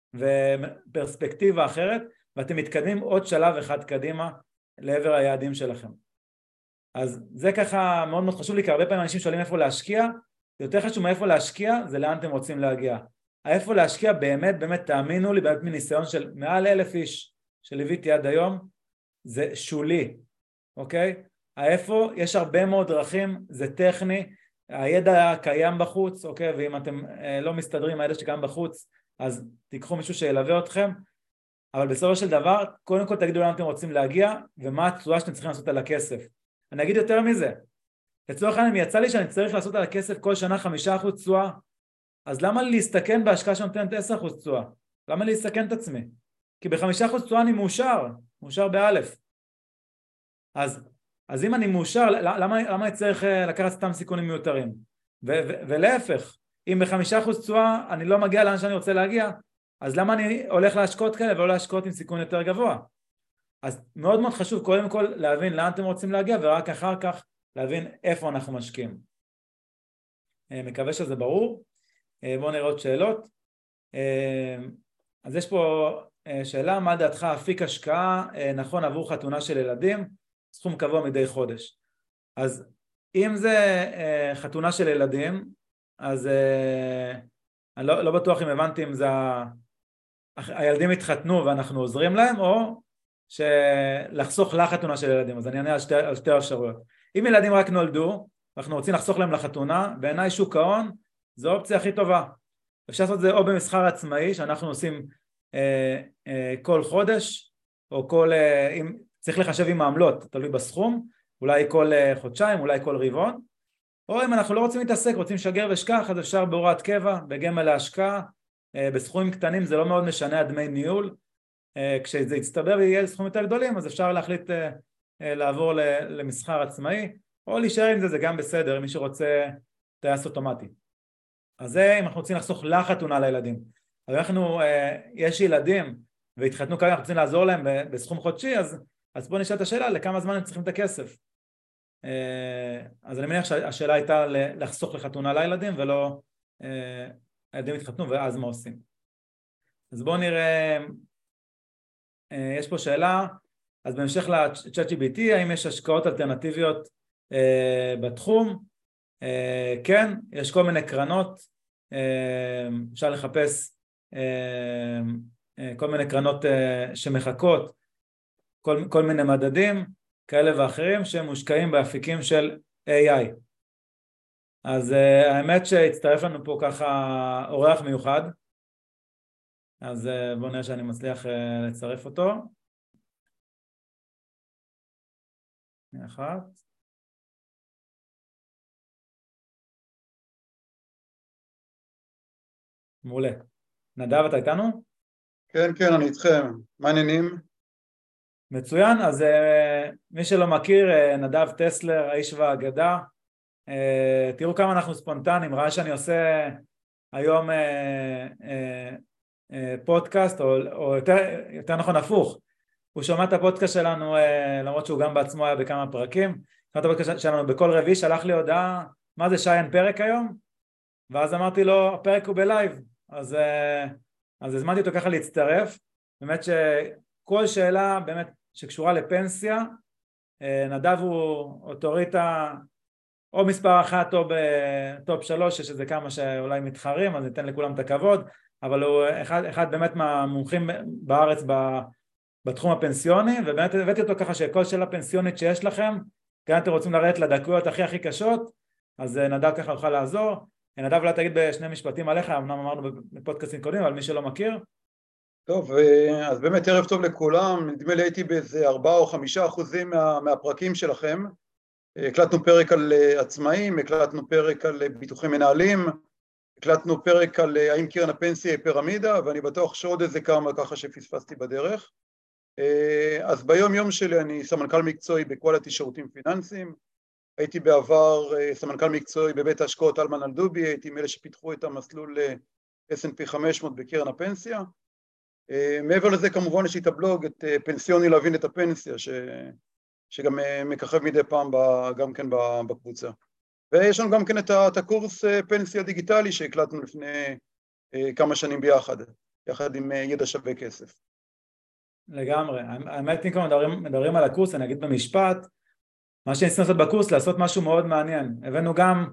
S1: ופרספקטיבה אחרת, ואתם מתקדמים עוד שלב אחד קדימה לעבר היעדים שלכם. אז זה ככה מאוד מאוד חשוב לי, כי הרבה פעמים אנשים שואלים איפה להשקיע, יותר חשוב מאיפה להשקיע, זה לאן אתם רוצים להגיע. איפה להשקיע באמת, באמת תאמינו לי, באמת מניסיון של מעל 1,000 איש שליוויתי עד היום, זה שולי, אוקיי? איפה, יש הרבה מאוד דרכים, זה טכני, הידע קיים בחוץ, אוקיי? ואם אתם לא מסתדרים עם הידע שקיים בחוץ, אז תיקחו מישהו שילווה אתכם, אבל בסופו של דבר, קודם כל תגידו לאן אתם רוצים להגיע, ומה התשואה שאתם צריכים לעשות על הכסף. אני אגיד יותר מזה, לצורך העניין, יצא לי שאני צריך לעשות על הכסף כל שנה 5% תשואה, אז למה לי להסתכן בהשקעה שנותנת 10% תשואה? למה לי להסתכן את עצמי? כי ב5% תשואה אני מאושר באלף. אז אם אני מאושר, למה אני צריך לקחת סתם סיכונים מיותרים? ולהפך, אם ב5% תשואה אני לא מגיע לאן שאני רוצה להגיע, אז למה אני הולך להשקעות כאלה ולא להשקעות עם סיכון יותר גבוה? אז מאוד מאוד חשוב קודם כל להבין לאן אתם רוצים להגיע, ורק אחר כך להבין איפה אנחנו משקיעים. מקווה שזה ברור. בואו נראה עוד שאלות. אז יש פה שאלה, מה דעתך אפיק השקעה נכון עבור חתונה של ילדים, סכום קבוע מדי חודש? אז אם זה חתונה של ילדים, אז אני לא בטוח אם הבנתי אם זה הילדים התחתנו ואנחנו עוזרים להם, או שלחסוך לחתונה של ילדים. אז אני אענה על שתי אפשרויות. אם ילדים רק נולדו, אנחנו רוצים לחסוך להם לחתונה, בעיניי שוק ההון זו האופציה הכי טובה. אפשר לעשות את זה או במסחר עצמאי שאנחנו עושים כל חודש, או אם צריך לחשב עם העמלות, תלוי בסכום, אולי כל חודשיים, אולי כל רבעון, או אם אנחנו לא רוצים להתעסק, רוצים שגר ושכח, אז אפשר בהוראת קבע, בגמל להשקעה, בסכומים קטנים זה לא מאוד משנה דמי ניהול, כשזה יצטבר ויהיה סכומים יותר גדולים, אז אפשר להחליט לעבור למסחר עצמאי, או להישאר עם זה, זה גם בסדר, מי שרוצה טייס אוטומטי. אז זה אם אנחנו רוצים לחסוך לחתונה לילדים. אבל אנחנו, יש ילדים והתחתנו כמה, אנחנו רוצים לעזור להם בסכום חודשי, אז בואו נשאל את השאלה, לכמה זמן הם צריכים את הכסף. אז אני מניח שהשאלה הייתה לחסוך לחתונה לילדים, ולא הילדים התחתנו ואז מה עושים. אז בואו נראה, יש פה שאלה, אז בהמשך ל-ChatGPT, האם יש השקעות אלטרנטיביות בתחום? כן, יש כל מיני קרנות, אפשר לחפש כל מיני קרנות שמחכות, כל מיני מדדים כאלה ואחרים שמושקעים באפיקים של AI. אז האמת שהצטרף לנו פה ככה אורח מיוחד, אז בואו נראה שאני מצליח לצרף אותו. אחת. מעולה. נדב, אתה איתנו?
S2: כן, כן, אני איתכם. מה העניינים?
S1: מצוין, אז מי שלא מכיר, נדב טסלר, האיש והאגדה. תראו כמה אנחנו ספונטניים, ראה שאני עושה היום פודקאסט, או יותר נכון הפוך. הוא שומע את הפודקאסט שלנו, למרות שהוא גם בעצמו היה בכמה פרקים. שומע את הפודקאסט שלנו בכל רביעי, שלח לי הודעה, מה זה שי, אין פרק היום? ואז אמרתי לו, הפרק הוא בלייב. אז הזמנתי אותו ככה להצטרף. באמת שכל שאלה באמת שקשורה לפנסיה, נדב הוא אוטוריטה או מספר אחת או בטופ 3, יש איזה כמה שאולי מתחרים, אז ניתן לכולם את הכבוד, אבל הוא אחד באמת מהמומחים בארץ בתחום הפנסיוני, ובאמת הבאתי אותו ככה שכל שאלה פנסיונית שיש לכם, גם אתם רוצים לרדת לדקויות הכי קשות, אז נדב ככה יוכל לעזור. נדב, אולי תגיד בשני משפטים עליך, אמנם אמרנו בפודקאסטים קודמים, אבל מי שלא מכיר.
S2: טוב, אז באמת ערב טוב לכולם. נדמה לי הייתי באיזה 4 או 5% מהפרקים שלכם. הקלטנו פרק על עצמאים, הקלטנו פרק על ביטוחי מנהלים, הקלטנו פרק על האם קרן הפנסיה היא פירמידה, ואני בטוח שעוד איזה כמה ככה שפספסתי בדרך. אז ביום יום שלי אני סמנכ"ל מקצועי בקואליטי שירותים פיננסיים, הייתי בעבר סמנכ"ל מקצועי בבית ההשקעות אלמן אלדובי, הייתי מאלה שפיתחו את המסלול S&P 500 בקרן הפנסיה. מעבר לזה כמובן יש לי את הבלוג, את פנסיוני להבין את הפנסיה, שגם מככב מדי פעם גם כן בקבוצה. ויש לנו גם כן את הקורס פנסיה דיגיטלי שהקלטנו לפני כמה שנים יחד עם ידע שווה כסף.
S1: לגמרי, האמת אם כבר מדברים על הקורס, אני אגיד במשפט, מה שניסינו לעשות בקורס, לעשות משהו מאוד מעניין. הבאנו גם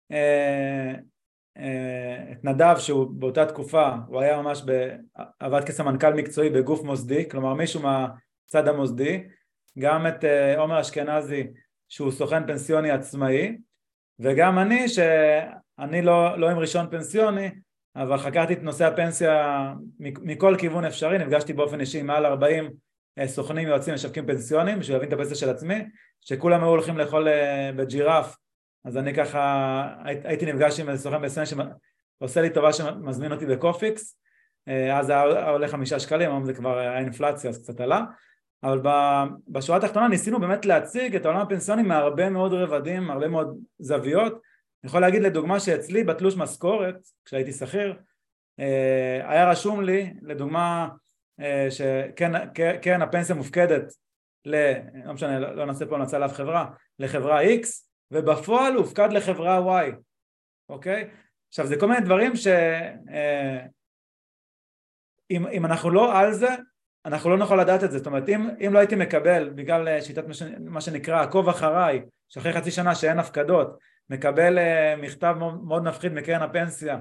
S1: את נדב, שהוא באותה תקופה, הוא היה ממש עבד כסמנכ"ל מקצועי בגוף מוסדי, כלומר מישהו מהצד המוסדי, גם את עומר אשכנזי, שהוא סוכן פנסיוני עצמאי, וגם אני, שאני לא עם ראשון פנסיוני, אבל חקרתי את נושא הפנסיה מכל כיוון אפשרי, נפגשתי באופן אישי עם מעל 40 סוכנים, יועצים, משווקים פנסיונים, בשביל להבין את הפנסיה של עצמי, שכולם היו הולכים לאכול בג'ירף, אז אני ככה הייתי נפגש עם איזה סוכן פנסיוני שעושה לי טובה שמזמין אותי בקופיקס, אז היה עולה 5 שקלים, היום זה כבר האינפלציה, אז קצת עלה, אבל בשורה התחתונה ניסינו באמת להציג את העולם הפנסיוני מהרבה מאוד רבדים, הרבה מאוד זוויות. אני יכול להגיד לדוגמה שאצלי בתלוש משכורת, כשהייתי שכיר, היה רשום לי, לדוגמה, שכן הפנסיה מופקדת, לא משנה, לא נעשה פה נצא לאף חברה, לחברה X, ובפועל הופקד לחברה Y, אוקיי? עכשיו זה כל מיני דברים אם אנחנו לא על זה, אנחנו לא נוכל לדעת את זה. זאת אומרת, אם לא הייתי מקבל, בגלל שיטת מה שנקרא עקוב אחריי, שאחרי חצי שנה שאין הפקדות, מקבל מכתב מאוד מפחיד מקרן הפנסיה,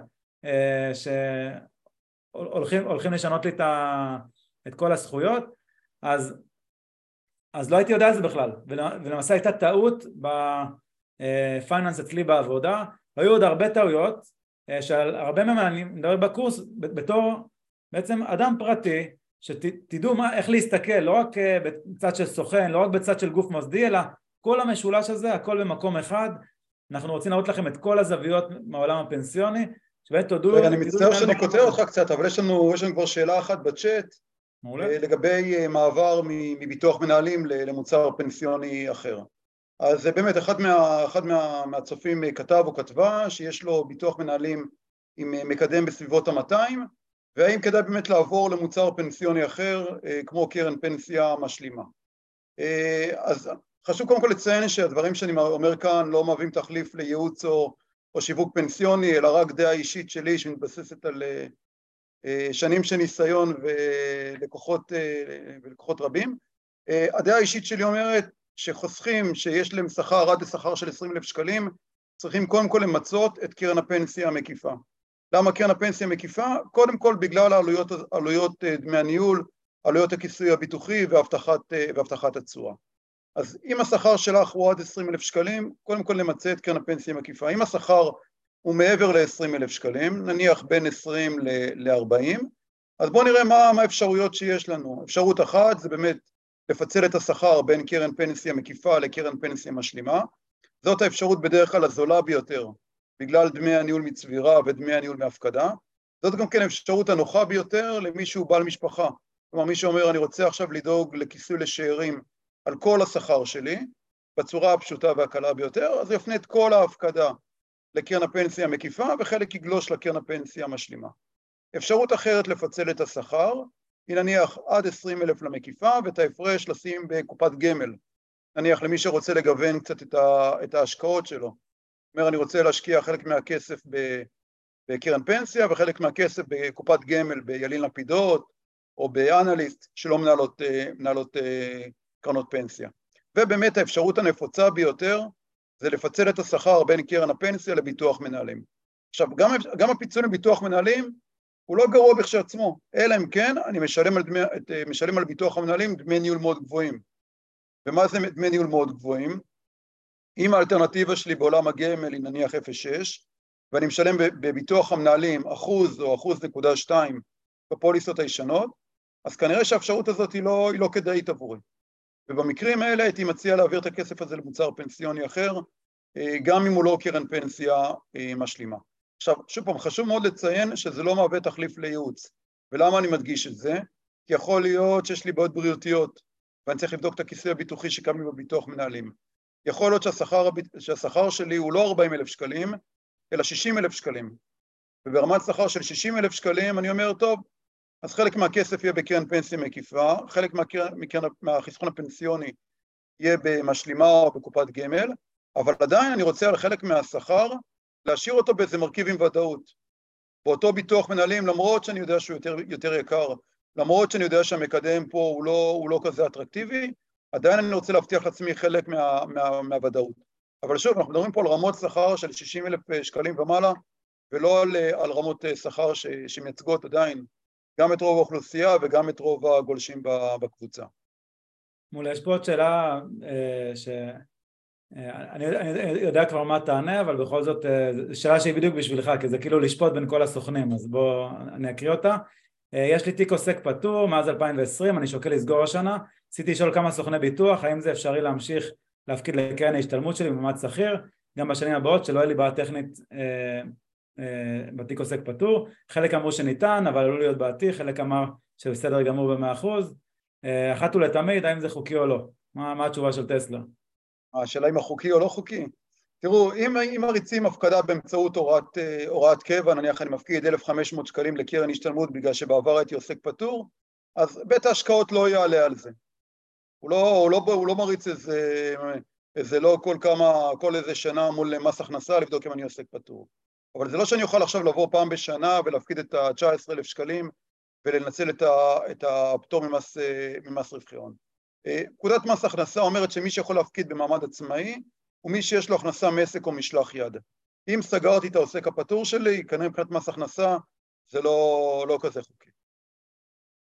S1: שהולכים לשנות לי את כל הזכויות, אז לא הייתי יודע על זה בכלל, ולמעשה הייתה טעות פייננס אצלי בעבודה, והיו עוד הרבה טעויות, שעל הרבה מהם אני מדבר בקורס בתור בעצם אדם פרטי, שתדעו איך להסתכל, לא רק בצד של סוכן, לא רק בצד של גוף מוסדי, אלא כל המשולש הזה, הכל במקום אחד. אנחנו רוצים להראות לכם את כל הזוויות מהעולם הפנסיוני, שבאמת תודעו...
S2: אני מצטער שאני קוטע אותך קצת, אבל יש לנו כבר שאלה אחת בצ'אט, לגבי מעבר מביטוח מנהלים למוצר פנסיוני אחר. אז באמת אחד מהצופים כתב או כתבה שיש לו ביטוח מנהלים עם מקדם בסביבות ה-200, והאם כדאי באמת לעבור למוצר פנסיוני אחר, כמו קרן פנסיה משלימה. אז חשוב קודם כל לציין שהדברים שאני אומר כאן לא מהווים תחליף לייעוץ או שיווק פנסיוני, אלא רק דעה אישית שלי שמתבססת על שנים של ניסיון ולקוחות רבים. הדעה האישית שלי אומרת שחוסכים שיש להם שכר עד לשכר של 20,000 שקלים, צריכים קודם כל למצות את קרן הפנסיה המקיפה. למה קרן הפנסיה מקיפה? קודם כל בגלל עלויות דמי הניהול, עלויות הכיסוי הביטוחי והבטחת התשואה. אז אם השכר שלך הוא עד 20,000 שקלים, קודם כל למצא את קרן הפנסיה מקיפה. אם השכר הוא מעבר ל-20,000 שקלים, נניח בין 20 ל-40, אז בואו נראה מה האפשרויות שיש לנו. אפשרות אחת זה באמת לפצל את השכר בין קרן פנסיה מקיפה לקרן פנסיה משלימה. זאת האפשרות בדרך כלל הזולה ביותר, בגלל דמי הניהול מצבירה ודמי הניהול מהפקדה. זאת גם כן האפשרות הנוחה ביותר למי שהוא בעל משפחה. כלומר, מי שאומר, אני רוצה עכשיו לדאוג לכיסוי לשאירים על כל השכר שלי, בצורה הפשוטה והקלה ביותר, אז יפנה את כל ההפקדה לקרן הפנסיה המקיפה, וחלק יגלוש לקרן הפנסיה המשלימה. אפשרות אחרת לפצל את השכר, היא נניח עד 20,000 למקיפה, ואת ההפרש לשים בקופת גמל. נניח למי שרוצה לגוון קצת את ההשקעות שלו. אומר, אני רוצה להשקיע חלק מהכסף בקרן פנסיה, וחלק מהכסף בקופת גמל, בילין לפידות, או באנליסט, שלא מנהלות קרנות פנסיה. ובאמת האפשרות הנפוצה ביותר, זה לפצל את השכר בין קרן הפנסיה לביטוח מנהלים. עכשיו, גם הפיצול לביטוח מנהלים, הוא לא גרוע בכשעצמו, אלא אם כן, אני משלם על ביטוח המנהלים דמי ניהול מאוד גבוהים. ומה זה דמי ניהול מאוד גבוהים? אם האלטרנטיבה שלי בעולם הגמל היא נניח 0.6, ואני משלם בביטוח המנהלים 1% או 1.2% בפוליסות הישנות, אז כנראה שהאפשרות הזאת היא לא כדאית עבורי. ובמקרים האלה הייתי מציע להעביר את הכסף הזה למוצר פנסיוני אחר, גם אם הוא לא קרן פנסיה משלימה. עכשיו, שוב פעם, חשוב מאוד לציין שזה לא מהווה תחליף לייעוץ. ולמה אני מדגיש את זה? כי יכול להיות שיש לי בעיות בריאותיות, ואני צריך לבדוק את הכיסוי הביטוחי שקם לי בביטוח מנהלים. יכול להיות שהשכר שלי הוא לא 40,000 שקלים, אלא 60,000 שקלים. וברמת שכר של 60,000 שקלים אני אומר, טוב, אז חלק מהכסף יהיה בקרן פנסיה מקיפה, חלק מהחיסכון הפנסיוני יהיה במשלימה או בקופת גמל, אבל עדיין אני רוצה על חלק מהשכר להשאיר אותו באיזה מרכיב עם ודאות. באותו ביטוח מנהלים, למרות שאני יודע שהוא יותר יקר, למרות שאני יודע שהמקדם פה הוא לא כזה אטרקטיבי, עדיין אני רוצה להבטיח לעצמי חלק מהוודאות. אבל שוב, אנחנו מדברים פה על רמות שכר של 60,000 שקלים ומעלה, ולא על רמות שכר שמייצגות עדיין גם את רוב האוכלוסייה וגם את רוב הגולשים בקבוצה.
S1: מולה, יש פה עוד שאלה אני יודע כבר מה תענה, אבל בכל זאת שאלה שהיא בדיוק בשבילך, כי זה כאילו לשפוט בין כל הסוכנים, אז בוא אני אקריא אותה. יש לי תיק עוסק פטור מאז 2020, אני שוקל לסגור השנה, עשיתי לשאול כמה סוכני ביטוח, האם זה אפשרי להמשיך להפקיד לקרן ההשתלמות שלי במעמד שכיר, גם בשנים הבאות שלא יהיה לי בעיה טכנית בתיק עוסק פטור. חלק אמרו שניתן, אבל עלול להיות בעתיד, חלק אמר שבסדר גמור ב100%. אחת ולתמיד, האם זה חוקי או לא? מה התשובה של טסלה?
S2: השאלה אם החוקי או לא חוקי. תראו, אם מריצים הפקדה באמצעות הוראת קבע, נניח אני מפקיד 1,500 שקלים לקרן השתלמות בגלל שבעבר הייתי עוסק פטור, אז בית ההשקעות לא יעלה על זה. הוא לא מריץ איזה לא כל איזה שנה מול מס הכנסה לבדוק אם אני עוסק פטור. אבל זה לא שאני אוכל עכשיו לבוא פעם בשנה ולהפקיד את ה-19,000 שקלים ולנצל את הפטור ממס רווחי הון. פקודת מס הכנסה אומרת שמי שיכול להפקיד במעמד עצמאי הוא מי שיש לו הכנסה מעסק או משלח יד. אם סגרתי את העוסק הפטור שלי, כנראה מבחינת מס הכנסה זה לא כזה חוקי.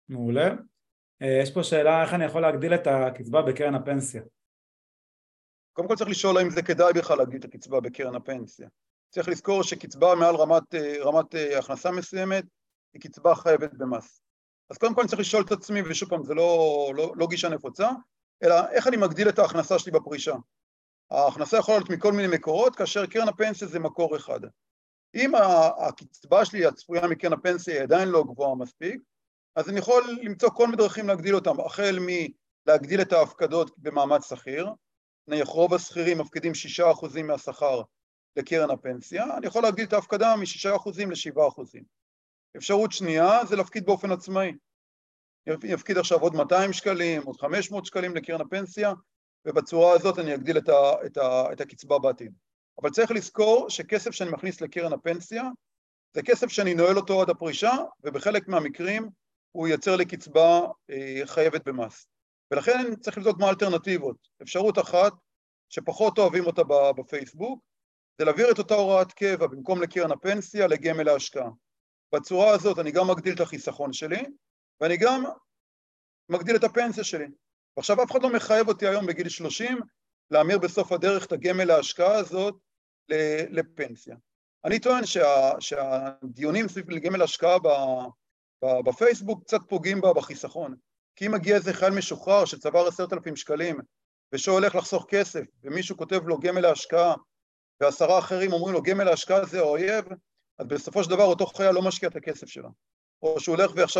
S1: מעולה. יש פה שאלה איך אני יכול להגדיל את הקצבה בקרן הפנסיה.
S2: קודם כל צריך לשאול האם זה כדאי בכלל להגדיל את הקצבה בקרן הפנסיה. צריך לזכור שקצבה מעל רמת הכנסה מסוימת היא קצבה חייבת במס. אז קודם כל אני צריך לשאול את עצמי, ושוב פעם, זה לא גישה נפוצה, אלא איך אני מגדיל את ההכנסה שלי בפרישה. ההכנסה יכולה להיות מכל מיני מקורות, כאשר קרן הפנסיה זה מקור אחד. אם הקצבה שלי הצפויה מקרן הפנסיה היא עדיין לא גבוהה מספיק, אז אני יכול למצוא כל מיני דרכים להגדיל אותם, החל מלהגדיל את ההפקדות במעמד שכיר, רוב השכירים מפקידים 6% מהשכר לקרן הפנסיה, אני יכול להגדיל את ההפקדה מ6% ל7%. אפשרות שנייה זה להפקיד באופן עצמאי. יפקיד עכשיו עוד 200 שקלים, עוד 500 שקלים לקרן הפנסיה, ובצורה הזאת אני אגדיל את הקצבה בעתיד. אבל צריך לזכור שכסף שאני מכניס לקרן הפנסיה, זה כסף שאני נועל אותו עד הפרישה, ובחלק מהמקרים הוא ייצר לי קצבה חייבת במס. ולכן צריך לבדוק מה האלטרנטיבות. אפשרות אחת, שפחות אוהבים אותה בפייסבוק, זה להעביר את אותה הוראת קבע במקום לקרן הפנסיה לגמל להשקעה. בצורה הזאת אני גם מגדיל את החיסכון שלי, ואני גם מגדיל את הפנסיה שלי. ועכשיו אף אחד לא מחייב אותי היום בגיל 30, להמיר בסוף הדרך את הגמל להשקעה הזאת לפנסיה. אני טוען שהדיונים סביב לגמל להשקעה בפייסבוק קצת פוגעים בחיסכון. כי אם מגיע איזה חייל משוחרר שצבר 10,000 שקלים, ושהולך לחסוך כסף, ומישהו כותב לו גמל להשקעה, ו10 אחרים אומרים לו גמל להשקעה זה האויב, אז בסופו של דבר אותו חייל לא משקיע את הכסף שלו. או שהוא הולך ועכשיו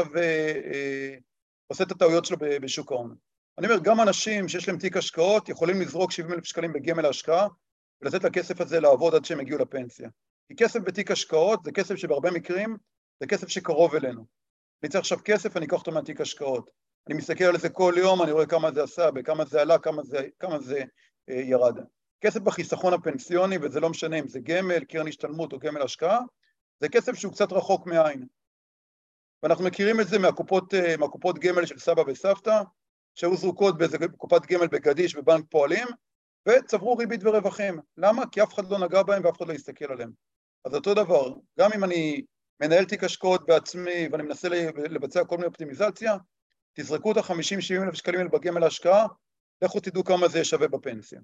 S2: עושה את הטעויות שלו בשוק ההון. אני אומר, גם אנשים שיש להם תיק השקעות, יכולים לזרוק 70,000 שקלים בגמל ההשקעה, ולתת לכסף הזה לעבוד עד שהם יגיעו לפנסיה. כי כסף בתיק השקעות זה כסף שבהרבה מקרים, זה כסף שקרוב אלינו. אני צריך עכשיו כסף, אני אקח אותו מהתיק השקעות. אני מסתכל על זה כל יום, אני רואה כמה זה עשה, בכמה זה עלה, כמה זה ירד. כסף בחיסכון הפנסיוני, וזה לא משנה אם זה גמל, קרן השתלמות או גמל השקעה, זה כסף שהוא קצת רחוק מהעין. ואנחנו מכירים את זה מהקופות גמל של סבא וסבתא, שהיו זרוקות באיזה קופת גמל בגדיש בבנק פועלים, וצברו ריבית ורווחים. למה? כי אף אחד לא נגע בהם ואף אחד לא יסתכל עליהם. אז אותו דבר, גם אם אני מנהל תיק השקעות בעצמי ואני מנסה לבצע כל מיני אופטימיזציה, תזרקו את ה-50-70 אלף שקלים בגמל ההשקעה, לכו תדעו כמה זה שווה בפנסיה.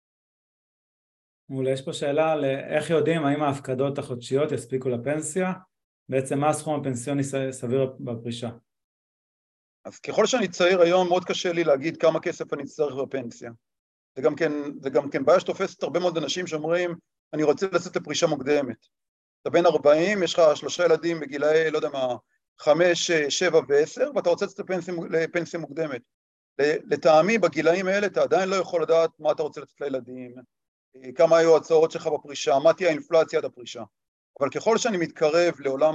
S1: אולי יש פה שאלה על איך יודעים האם ההפקדות החודשיות יספיקו לפנסיה, בעצם מה הסכום הפנסיוני סביר בפרישה?
S2: אז ככל שאני צעיר היום, מאוד קשה לי להגיד כמה כסף אני צריך בפנסיה. זה גם כן בעיה שתופסת הרבה מאוד אנשים שאומרים, אני רוצה לצאת לפרישה מוקדמת. אתה בן 40, יש לך 3 ילדים בגילאי, לא יודע מה, 5, 7 ו10, ואתה רוצה לצאת לפנסיה מוקדמת. לטעמי, בגילאים האלה אתה עדיין לא יכול לדעת מה אתה רוצה לצאת לילדים, כמה היו הצעות שלך בפרישה, מה תהיה האינפלציה עד הפרישה. אבל ככל שאני מתקרב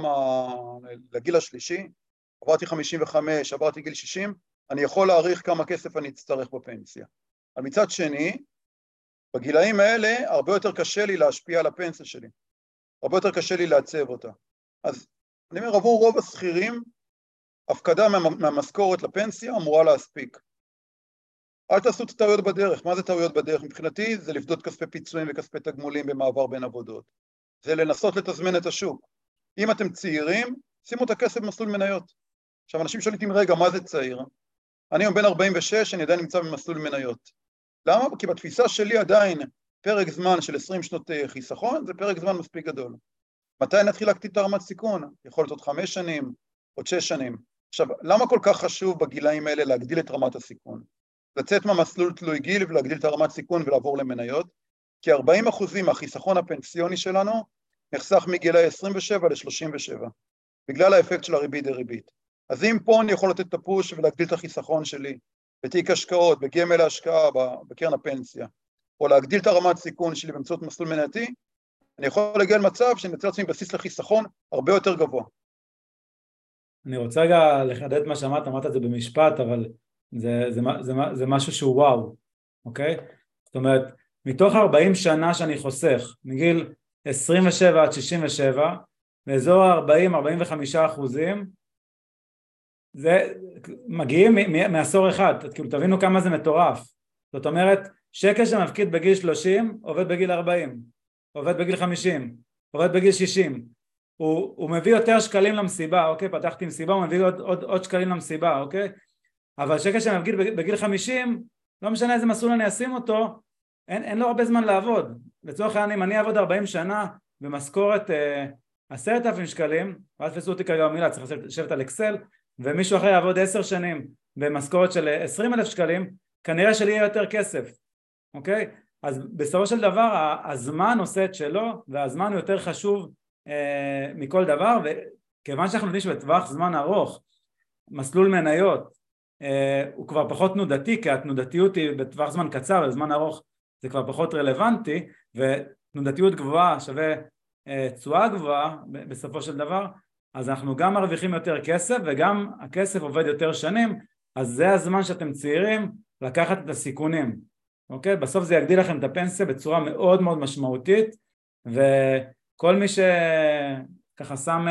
S2: לגיל השלישי, עברתי 55, עברתי גיל 60, אני יכול להעריך כמה כסף אני אצטרך בפנסיה. אבל מצד שני, בגילאים האלה הרבה יותר קשה לי להשפיע על הפנסיה שלי. הרבה יותר קשה לי לעצב אותה. אז אני אומר, עבור רוב השכירים, הפקדה מהמשכורת לפנסיה אמורה להספיק. אל תעשו את הטעויות בדרך. מה זה טעויות בדרך? מבחינתי זה לפדות כספי פיצויים וכספי תגמולים במעבר בין עבודות. זה לנסות לתזמן את השוק. אם אתם צעירים, שימו את הכסף במסלול מניות. עכשיו, אנשים שואלים אותי, רגע, מה זה צעיר? אני היום בן 46, אני עדיין נמצא במסלול מניות. למה? כי בתפיסה שלי עדיין פרק זמן של 20 שנות חיסכון, זה פרק זמן מספיק גדול. מתי נתחיל להקטין את הרמת סיכון? יכול להיות עוד 5 שנים, עוד 6 שנים. עכשיו, למה כל כך חשוב בגילאים האלה להגדיל את רמת הסיכון? לצאת מהמסלול תלוי גיל ולהגדיל את הרמת סיכון ולעבור למניות, כי 40% מהחיסכון הפנסיוני שלנו נחסך מגילי 27 ל-37, בגלל האפקט של הריבית דריבית. אז אם פה אני יכול לתת את הפוש ולהגדיל את החיסכון שלי, בתיק השקעות, בגמל ההשקעה, בקרן הפנסיה, או להגדיל את הרמת סיכון שלי באמצעות מסלול מנייתי, אני יכול להגיע למצב שאני מייצר לעצמי בסיס לחיסכון הרבה יותר גבוה.
S1: אני רוצה רגע לחדד מה שאמרת, אמרת את זה במשפט, אבל זה משהו שהוא וואו, אוקיי? זאת אומרת, מתוך 40 שנה שאני חוסך, מגיל 27 עד 67, באזור ה-40-45%, זה מגיעים מעשור אחד, כאילו תבינו כמה זה מטורף. זאת אומרת, שקל שמפקיד בגיל 30, עובד בגיל 40, עובד בגיל 50, עובד בגיל 60, הוא מביא יותר שקלים למסיבה, אוקיי? פתחתי מסיבה, הוא מביא עוד שקלים למסיבה, אוקיי? אבל שקל שמפקיד בגיל 50, לא משנה איזה מסלול אני אשים אותו, אין לו הרבה זמן לעבוד. לצורך העניין, אם אני אעבוד 40 שנה במשכורת 10,000 שקלים, ואז תפסו אותי כרגע במילה, צריך לשבת על אקסל, ומישהו אחר יעבוד 10 שנים במשכורת של 20,000 שקלים, כנראה שלי יהיה יותר כסף, אוקיי? אז בסופו של דבר הזמן עושה את שלו, והזמן הוא יותר חשוב מכל דבר, וכיוון שאנחנו יודעים שבטווח זמן ארוך, מסלול מניות הוא כבר פחות תנודתי, כי התנודתיות היא בטווח זמן קצר, ובזמן ארוך זה כבר פחות רלוונטי, ותנודתיות גבוהה שווה תשואה גבוהה בסופו של דבר, אז אנחנו גם מרוויחים יותר כסף, וגם הכסף עובד יותר שנים, אז זה הזמן שאתם צעירים לקחת את הסיכונים, אוקיי? בסוף זה יגדיל לכם את הפנסיה בצורה מאוד מאוד משמעותית, וכל מי שככה שם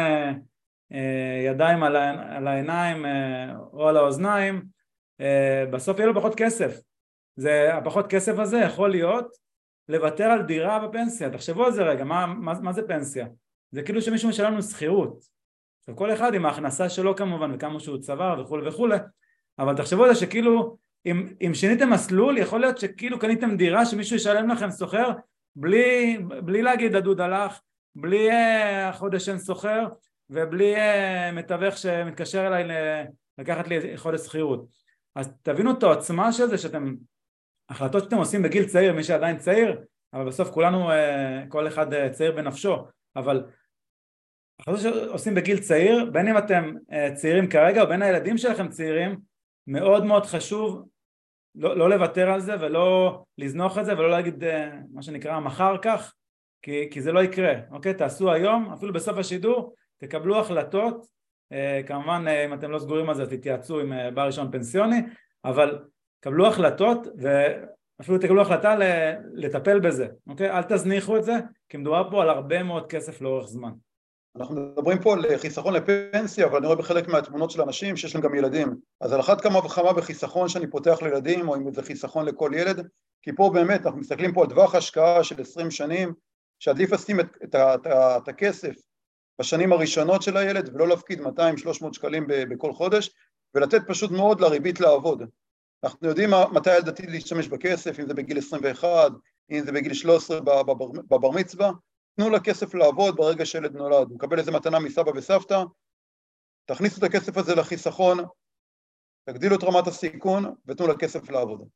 S1: ידיים על העיניים או על האוזניים, בסוף יהיה לו פחות כסף. הפחות כסף הזה יכול להיות לוותר על דירה בפנסיה. תחשבו על זה רגע, מה זה פנסיה? זה כאילו שמישהו משלם לנו שכירות. עכשיו כל אחד עם ההכנסה שלו כמובן וכמה שהוא צבר וכו' וכו', אבל תחשבו על זה שכאילו אם שיניתם מסלול, יכול להיות שכאילו קניתם דירה שמישהו ישלם לכם סוחר בלי להגיד הדוד הלך, בלי חודש אין סוחר, ובלי מתווך שמתקשר אליי לקחת לי חודש שכירות. אז תבינו את העוצמה של זה, שאתם, החלטות שאתם עושים בגיל צעיר, מי שעדיין צעיר, אבל בסוף כולנו, כל אחד צעיר בנפשו, אבל החלטות שעושים בגיל צעיר, בין אם אתם צעירים כרגע, או בין הילדים שלכם צעירים, מאוד מאוד חשוב לא לוותר על זה, ולא לזנוח את זה, ולא להגיד מה שנקרא מחר כך, כי זה לא יקרה, אוקיי? תעשו היום, אפילו בסוף השידור, תקבלו החלטות, כמובן אם אתם לא סגורים על זה תתייעצו עם בעל ראשון פנסיוני, אבל קבלו החלטות ואפילו תקבלו החלטה לטפל בזה, אוקיי? אל תזניחו את זה, כי מדובר פה על הרבה מאוד כסף לאורך זמן.
S2: אנחנו מדברים פה על חיסכון לפנסיה, אבל אני רואה בחלק מהתמונות של אנשים שיש להם גם ילדים. אז על אחת כמה וכמה בחיסכון שאני פותח לילדים, או אם זה חיסכון לכל ילד, כי פה באמת אנחנו מסתכלים פה על טווח השקעה של 20 שנים, שעדיף לשים את הכסף בשנים הראשונות של הילד, ולא להפקיד 200-300 שקלים בכל חודש, ולתת פשוט מאוד לריבית לעבוד. אנחנו יודעים מתי הילד עתיד להשתמש בכסף, אם זה בגיל 21, אם זה בגיל 13 בבר מצווה, תנו לכסף לעבוד ברגע שילד נולד, הוא מקבל איזה מתנה מסבא וסבתא, תכניסו את הכסף הזה לחיסכון, תגדילו את רמת הסיכון, ותנו לכסף לעבוד.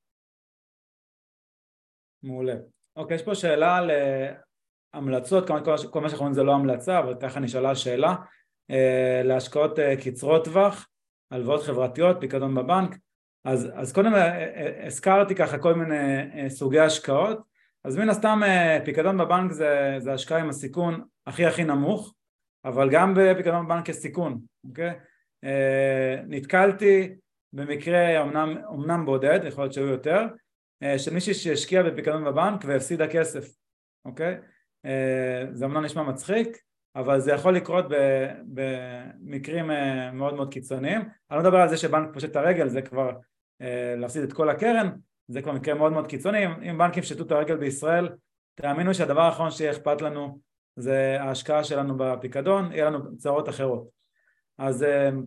S1: מעולה. אוקיי, יש פה שאלה על המלצות, כל מה שאנחנו זה לא המלצה, אבל ככה נשאלה שאלה, להשקעות קצרות טווח, הלוואות חברתיות, פיקדון בבנק, אז קודם הזכרתי ככה כל מיני סוגי השקעות, אז מן הסתם פיקדון בבנק זה השקעה עם הסיכון הכי נמוך, אבל גם בפיקדון בבנק יש סיכון, אוקיי? נתקלתי במקרה אמנם בודד, יכול להיות שהיו יותר, של מישהי שהשקיע בפיקדון בבנק והפסידה כסף, אוקיי? זה אמנם נשמע מצחיק, אבל זה יכול לקרות במקרים מאוד מאוד קיצוניים. אני לא מדבר על זה שבנק פושט את הרגל, זה כבר להפסיד את כל הקרן, זה כבר מקרה מאוד מאוד קיצוני. אם בנקים פשטו את הרגל בישראל, תאמינו שהדבר האחרון שיהיה אכפת לנו זה ההשקעה שלנו בפיקדון, יהיה לנו צרות אחרות. אז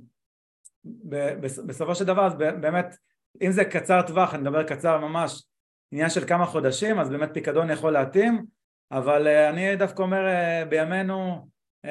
S1: בסופו של דבר, אז באמת, אם זה קצר טווח, אני מדבר קצר ממש, עניין של כמה חודשים, אז באמת פיקדון יכול להתאים, אבל אני דווקא אומר בימינו,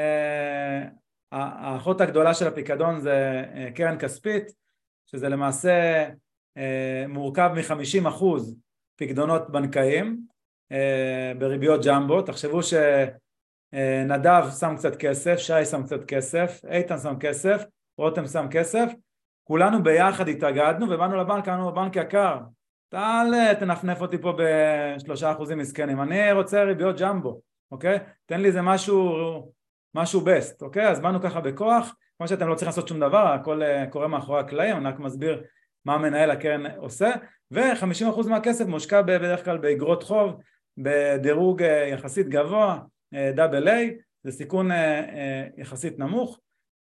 S1: האחות הגדולה של הפיקדון זה קרן כספית, שזה למעשה מורכב מ-50% פיקדונות בנקאיים בריביות ג'מבו. תחשבו שנדב שם קצת כסף, שי שם קצת כסף, איתן שם כסף, רותם שם כסף, כולנו ביחד התאגדנו ובאנו לבנק, אמרנו בנק יקר, תנפנף אותי פה ב3% מסכנים, אני רוצה ריביות ג'מבו, אוקיי? תן לי איזה משהו בסט, אוקיי? אז באנו ככה בכוח, כמו שאתם לא צריכים לעשות שום דבר, הכל קורה מאחורי הקלעים, אני רק מסביר מה מנהל הקרן עושה, ו50% מהכסף מושקע בדרך כלל באגרות חוב, בדירוג יחסית גבוה, AA, זה סיכון יחסית נמוך,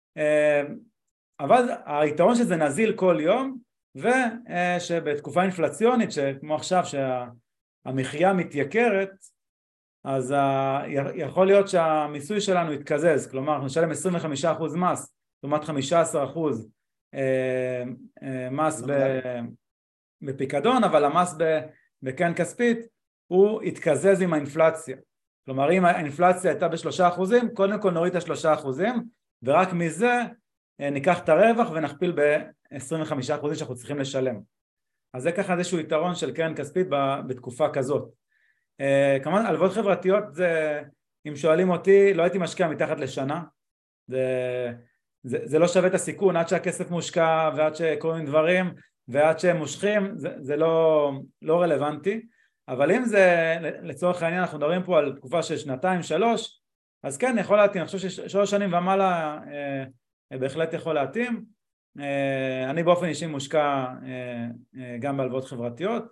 S1: אבל היתרון שזה נזיל כל יום, ושבתקופה אינפלציונית, כמו עכשיו שהמחיה מתייקרת, אז יכול להיות שהמיסוי שלנו יתקזז, כלומר אנחנו נשלם 25% מס, לעומת 15% מס בפיקדון, אבל המס בקרן כספית הוא יתקזז עם האינפלציה. כלומר, אם האינפלציה הייתה ב3%, קודם כל נוריד את ה3%, ורק מזה ניקח את הרווח ונכפיל ב25% שאנחנו צריכים לשלם. אז זה ככה איזשהו יתרון של קרן כספית בתקופה כזאת. כמובן, הלוואות חברתיות, זה, אם שואלים אותי, לא הייתי משקיע מתחת לשנה. זה לא שווה את הסיכון, עד שהכסף מושקע ועד שקוראים דברים ועד שהם מושכים, זה לא רלוונטי. אבל אם זה, לצורך העניין, אנחנו מדברים פה על תקופה של 2-3, אז כן, יכול להתאים. אני חושב ש3 שנים ומעלה בהחלט יכול להתאים. אני באופן אישי מושקע גם בהלוואות חברתיות,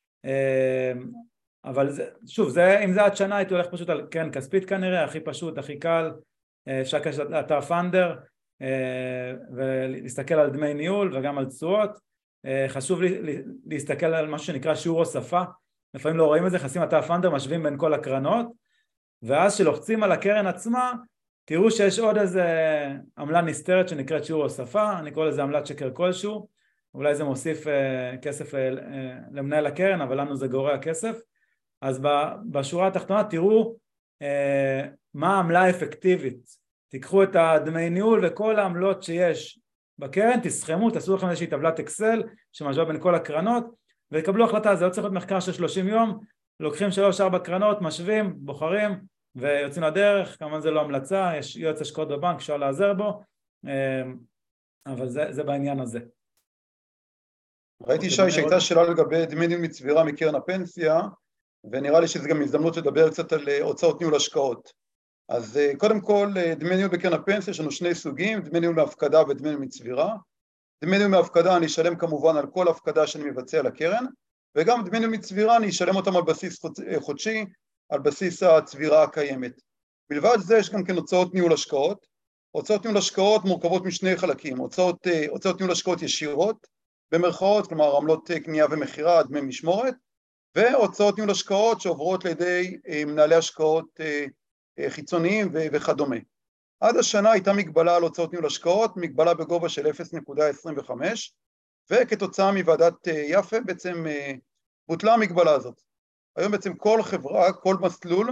S1: אבל שוב, אם זה עד שנה הייתי הולך פשוט על קרן כספית כנראה, הכי פשוט, הכי קל, אפשר לקחת לאתר פנדר ולהסתכל על דמי ניהול וגם על תשואות. חשוב לי להסתכל על משהו שנקרא שיעור הוספה, לפעמים לא רואים את זה, חסים אתר פנדר, משווים בין כל הקרנות, ואז שלוחצים על הקרן עצמה, תראו שיש עוד איזה עמלה נסתרת שנקראת שיעור הוספה, אני קורא לזה עמלת שקר כלשהו, אולי זה מוסיף כסף למנהל הקרן, אבל לנו זה גורע כסף. אז בשורה התחתונה תראו מה העמלה האפקטיבית, תיקחו את הדמי ניהול וכל העמלות שיש בקרן, תסכמו, תעשו לכם איזושהי טבלת אקסל שמשווה בין כל הקרנות, וקבלו החלטה. זה לא צריך להיות מחקר של 30 יום, לוקחים 3-4 קרנות, משווים, בוחרים ויוצאים לדרך. כמובן זה לא המלצה, יש יועץ השקעות בבנק, אפשר לעזר בו, אבל זה בעניין הזה.
S2: ראיתי שהייתה שאלה לגבי דמי ניהול מצבירה מקרן הפנסיה, ונראה לי שזה גם הזדמנות לדבר קצת על הוצאות ניהול השקעות. אז קודם כל, דמי ניהול בקרן הפנסיה יש לנו 2 סוגים, דמי ניהול מהפקדה ודמי ניהול מצבירה. דמי ניהול מהפקדה אני אשלם כמובן על כל הפקדה שאני מבצע לקרן, וגם דמי ניהול מצבירה אני אשלם אותם על בסיס חודשי, על בסיס הצבירה הקיימת. מלבד זה יש גם כן הוצאות ניהול השקעות. הוצאות ניהול השקעות מורכבות משני חלקים, הוצאות ניהול השקעות ישירות, במרכאות, כלומר עמלות קנייה ומכירה, דמי משמורת, והוצאות ניהול השקעות שעוברות לידי מנהלי השקעות חיצוניים וכדומה. עד השנה הייתה מגבלה על הוצאות ניהול השקעות, מגבלה בגובה של 0.25, וכתוצאה מוועדת יפה בעצם בוטלה המגבלה הזאת. היום בעצם כל חברה, כל מסלול,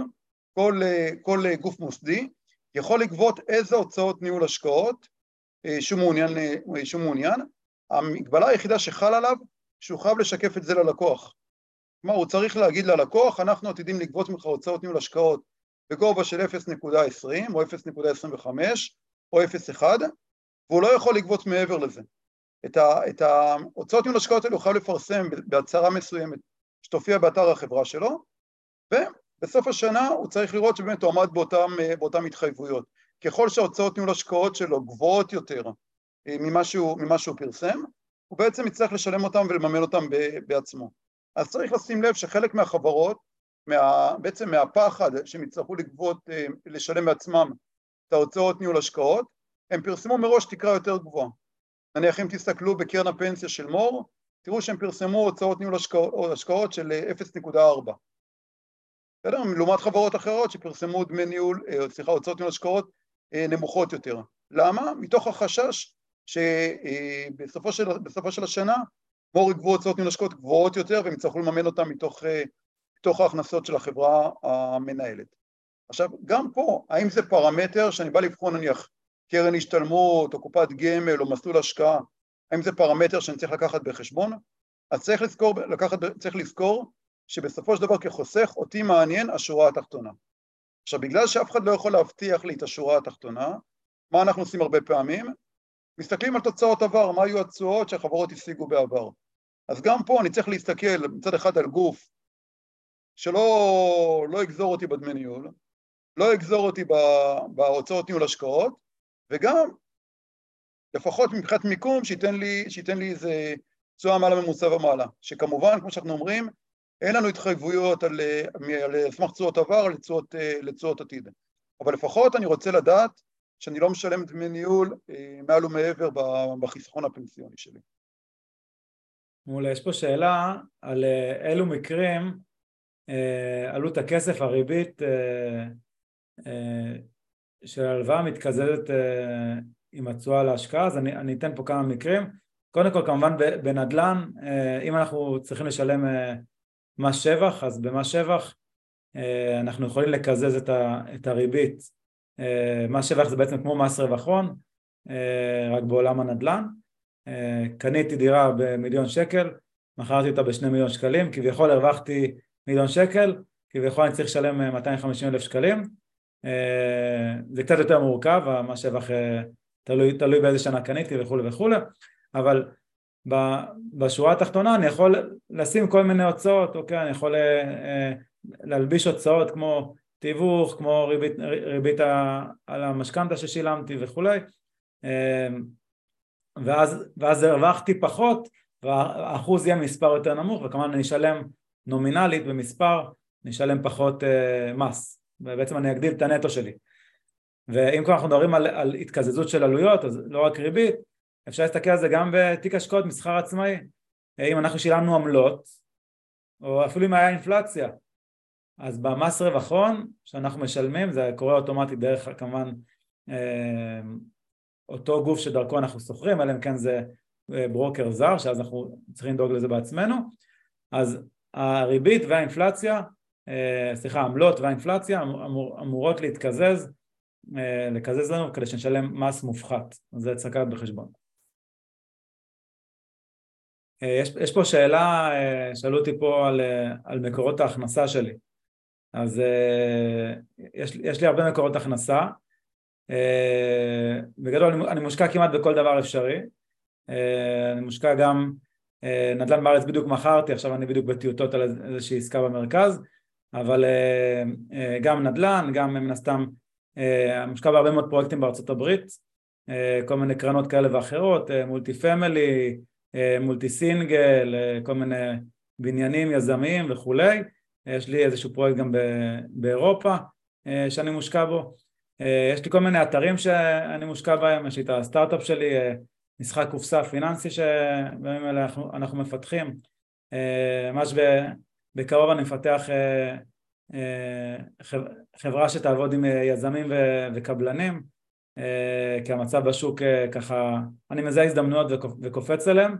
S2: כל גוף מוסדי יכול לגבות איזה הוצאות ניהול השקעות שהוא מעוניין. המגבלה היחידה שחל עליו, שהוא חייב לשקף את זה ללקוח. כלומר, הוא צריך להגיד ללקוח, אנחנו עתידים לגבות ממך הוצאות ניהול השקעות בגובה של 0.20 או 0.25 או 0.1, והוא לא יכול לגבות מעבר לזה. את ההוצאות ניהול השקעות האלה הוא חייב לפרסם בהצהרה מסוימת שתופיע באתר החברה שלו, ובסוף השנה הוא צריך לראות שבאמת הוא עמד באותם התחייבויות. ככל שההוצאות ניהול השקעות שלו גבוהות יותר ממה שהוא פרסם, הוא בעצם יצטרך לשלם אותם ולממן אותם בעצמו. אז צריך לשים לב שחלק מהחברות, בעצם מהפחד שהם יצטרכו לשלם בעצמם את ההוצאות ניהול השקעות, הם פרסמו מראש תקרה יותר גבוהה. נניח אם תסתכלו בקרן הפנסיה של מור, תראו שהם פרסמו הוצאות ניהול השקעות של 0.4. לעומת חברות אחרות שפרסמו הוצאות ניהול השקעות נמוכות יותר. למה? מתוך החשש שבסופו של השנה מור יגבו הוצאות ניהול השקעות גבוהות יותר והם יצטרכו לממן אותם מתוך ההכנסות של החברה המנהלת. עכשיו, גם פה, האם זה פרמטר שאני בא לבחון נניח קרן השתלמות או קופת גמל או מסלול השקעה, האם זה פרמטר שאני צריך לקחת בחשבון? אז צריך לזכור שבסופו של דבר כחוסך אותי מעניין השורה התחתונה. עכשיו, בגלל שאף אחד לא יכול להבטיח לי את השורה התחתונה, מה אנחנו עושים הרבה פעמים? מסתכלים על תוצאות עבר, מה היו התשואות שהחברות השיגו בעבר. אז גם פה אני צריך להסתכל מצד אחד על גוף שלא יגזור אותי בדמי ניהול, לא יגזור אותי בהוצאות ניהול השקעות, וגם לפחות מבחינת מיקום שייתן לי איזה תשואה מעלה ממוצע ומעלה, שכמובן, כמו שאנחנו אומרים, אין לנו התחייבויות על סמך תשואות עבר, לתשואות עתיד. אבל לפחות אני רוצה לדעת שאני לא משלם דמי ניהול מעל ומעבר בחיסכון הפנסיוני שלי.
S1: מעולה, יש פה שאלה על אילו מקרים עלות הכסף, הריבית של הלוואה מתקזזת עם התשואה להשקעה, אז אני אתן פה כמה מקרים. קודם כל, כמובן בנדל"ן, אם אנחנו צריכים לשלם מס שבח, אז במס שבח אנחנו יכולים לקזז את הריבית. מס שבח זה בעצם כמו מס רווח הון, רק בעולם הנדל"ן. קניתי דירה ב1,000,000 שקל, מכרתי אותה ב2 מיליון שקלים, כביכול הרווחתי 1,000,000 שקל, כביכול אני צריך לשלם 250,000 שקלים. זה קצת יותר מורכב, המס שבח תלוי באיזה שנה קניתי וכו' וכו', אבל בשורה התחתונה אני יכול לשים כל מיני הוצאות, אוקיי? אני יכול להלביש הוצאות כמו תיווך, כמו ריבית על המשכנתא ששילמתי וכו', ואז הרווחתי פחות, והאחוז יהיה מספר יותר נמוך, וכמובן אני אשלם נומינלית במספר, אני אשלם פחות מס, ובעצם אני אגדיל את הנטו שלי. ואם כבר אנחנו מדברים על התקזזות של עלויות, אז לא רק ריבית, אפשר להסתכל על זה גם בתיק השקעות מסחר עצמאי. אם אנחנו שילמנו עמלות, או אפילו אם היה אינפלציה, אז במס רווח הון שאנחנו משלמים, זה קורה אוטומטית דרך כמובן אותו גוף שדרכו אנחנו סוחרים, אלא אם כן זה ברוקר זר, שאז אנחנו צריכים לדאוג לזה בעצמנו. אז הריבית והאינפלציה, העמלות והאינפלציה אמורות לקזז לנו כדי שנשלם מס מופחת. אז זה צריך לקחת בחשבון. יש פה שאלה, שאלו אותי פה על מקורות ההכנסה שלי. אז יש לי הרבה מקורות הכנסה. בגדול אני מושקע כמעט בכל דבר אפשרי. אני מושקע גם נדל"ן בארץ, בדיוק מכרתי, עכשיו אני בדיוק בטיוטות על איזושהי עסקה במרכז, אבל גם נדל"ן, גם מן הסתם מושקע בהרבה מאוד פרויקטים בארצות הברית, כל מיני קרנות כאלה ואחרות, מולטי פמילי, מולטי סינגל, כל מיני בניינים יזמיים וכולי. יש לי איזשהו פרויקט גם באירופה שאני מושקע בו. יש לי כל מיני אתרים שאני מושקע בהם, יש לי את הסטארט-אפ שלי, משחק קופסה פיננסי שבימים אלה אנחנו מפתחים. ממש בקרוב אני מפתח חברה שתעבוד עם יזמים וקבלנים, כי המצב בשוק ככה, אני מזהה הזדמנויות וקופץ אליהם.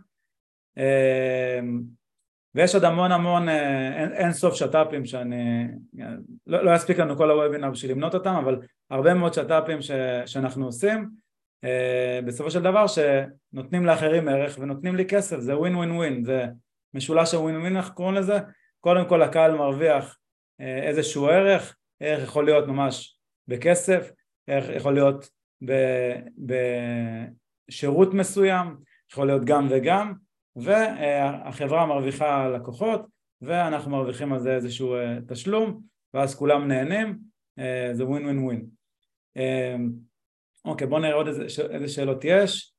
S1: ויש עוד המון אין סוף שטאפים שאני, לא יספיק לנו כל הוובינר בשביל למנות אותם, אבל הרבה מאוד שטאפים שאנחנו עושים, בסופו של דבר שנותנים לאחרים ערך ונותנים לי כסף, זה ווין ווין ווין, זה משולש הווין ווין, אנחנו קוראים לזה. קודם כל הקהל מרוויח איזשהו ערך יכול להיות ממש בכסף, ערך יכול להיות בשירות מסוים, יכול להיות גם וגם, והחברה מרוויחה לקוחות, ואנחנו מרוויחים על זה איזשהו תשלום, ואז כולם נהנים, זה ווין ווין ווין. אוקיי, בואו נראה עוד איזה שאלות יש.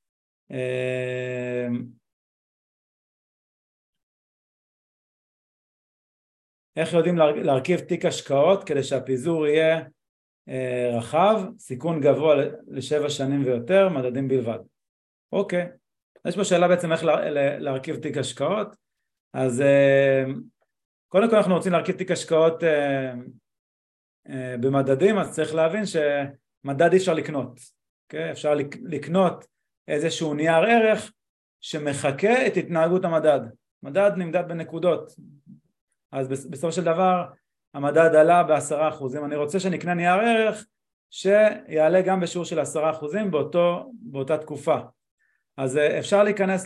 S1: איך יודעים להרכיב תיק השקעות כדי שהפיזור יהיה רחב, סיכון גבוה ל7 שנים ויותר, מדדים בלבד? אוקיי, יש פה שאלה בעצם איך להרכיב תיק השקעות. אז קודם כל אנחנו רוצים להרכיב תיק השקעות במדדים, אז צריך להבין שמדד אי אפשר לקנות. אוקיי? אפשר לקנות איזשהו נייר ערך שמחכה את התנהגות המדד. מדד נמדד בנקודות. אז בסופו של דבר המדד עלה ב10%. אני רוצה שנקנה נייר ערך שיעלה גם בשיעור של 10% באותה תקופה. אז אפשר להיכנס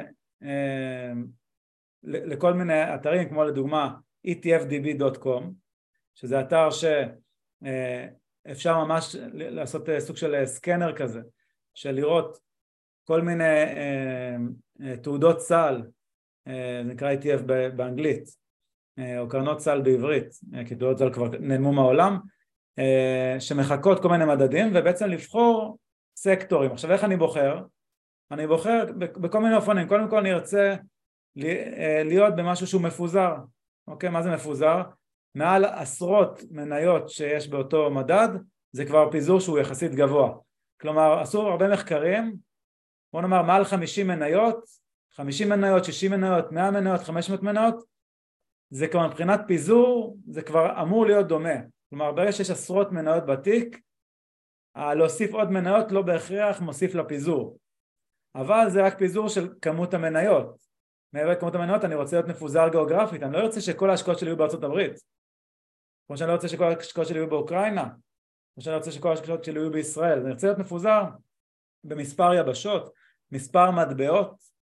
S1: לכל מיני אתרים, כמו לדוגמה etfdb.com, שזה אתר שאפשר ממש לעשות סוג של סקנר כזה, של לראות כל מיני תעודות סל, זה נקרא ETF באנגלית, או קרנות סל בעברית, כי תעודות סל כבר נעלמו מהעולם, שמחכות כל מיני מדדים, ובעצם לבחור סקטורים. עכשיו איך אני בוחר? אני בוחר בכל מיני אופנים. קודם כל אני ארצה להיות במשהו שהוא מפוזר. אוקיי, מה זה מפוזר? מעל עשרות מניות שיש באותו מדד, זה כבר פיזור שהוא יחסית גבוה. כלומר, עשו הרבה מחקרים, בוא נאמר מעל 50 מניות, 50 מניות, 60 מניות, 100 מניות, 500 מניות, זה כבר מבחינת פיזור, זה כבר אמור להיות דומה. כלומר, ברגע שיש עשרות מניות בתיק, להוסיף עוד מניות לא בהכרח מוסיף לפיזור. אבל זה רק פיזור של כמות המניות. מעבר לכמות המניות אני רוצה להיות מפוזר גיאוגרפית, אני לא רוצה שכל ההשקעות שלי יהיו בארצות הברית, כמו שאני לא רוצה שכל ההשקעות שלי יהיו באוקראינה, כמו שאני לא רוצה שכל ההשקעות שלי יהיו בישראל, אני רוצה להיות מפוזר במספר יבשות, מספר מטבעות,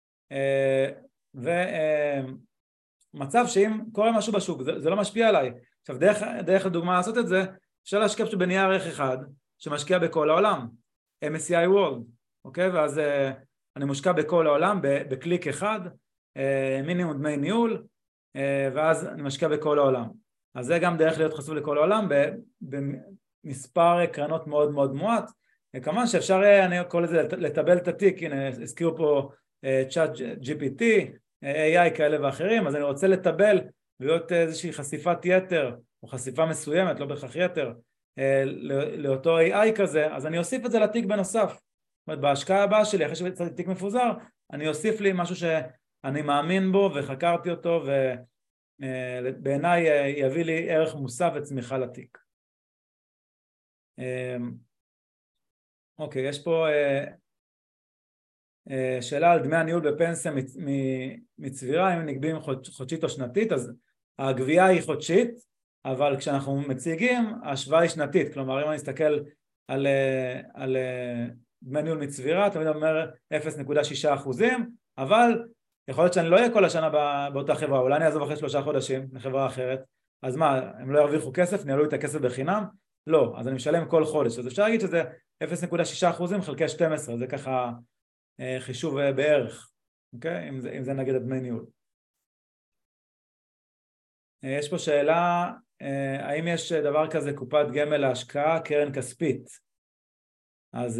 S1: ומצב שאם קורה משהו בשוק, זה לא משפיע עליי. עכשיו דרך הדוגמה לעשות את זה, אפשר להשקיע פשוט בנייר ערך אחד, שמשקיע בכל העולם, MSCI World, אוקיי? ואז אני מושקע בכל העולם, בקליק אחד, מינימום דמי ניהול, ואז אני משקיע בכל העולם. אז זה גם דרך להיות חשוף לכל העולם, במספר קרנות מאוד מאוד מועט, כמובן שאפשר, אני קורא לזה לטבל את התיק, הנה הזכירו פה צ'אט GPT, AI כאלה ואחרים, אז אני רוצה לטבל ולהיות איזושהי חשיפת יתר, או חשיפה מסוימת, לא בהכרח יתר, לאותו AI כזה, אז אני אוסיף את זה לתיק בנוסף. זאת אומרת, בהשקעה הבאה שלי, אחרי שצריך תיק מפוזר, אני אוסיף לי משהו שאני מאמין בו וחקרתי אותו, ובעיניי יביא לי ערך מוסף וצמיחה לתיק. אוקיי, יש פה שאלה על דמי הניהול בפנסיה מצבירה, אם נגבים חודשית או שנתית, אז הגבייה היא חודשית, אבל כשאנחנו מציגים, ההשוואה היא שנתית, כלומר אם אני אסתכל על דמי ניהול מצבירה, תמיד אומר 0.6%, אבל יכול להיות שאני לא אהיה כל השנה באותה חברה, אולי אני אעזוב אחרי 3 חודשים לחברה אחרת, אז מה, הם לא ירוויחו כסף, ניהלו את הכסף בחינם? לא, אז אני משלם כל חודש, אז אפשר להגיד שזה 0.6% חלקי 12, זה ככה חישוב בערך, אוקיי? אם זה נגיד דמי ניהול. יש פה שאלה, האם יש דבר כזה קופת גמל להשקעה, קרן כספית? אז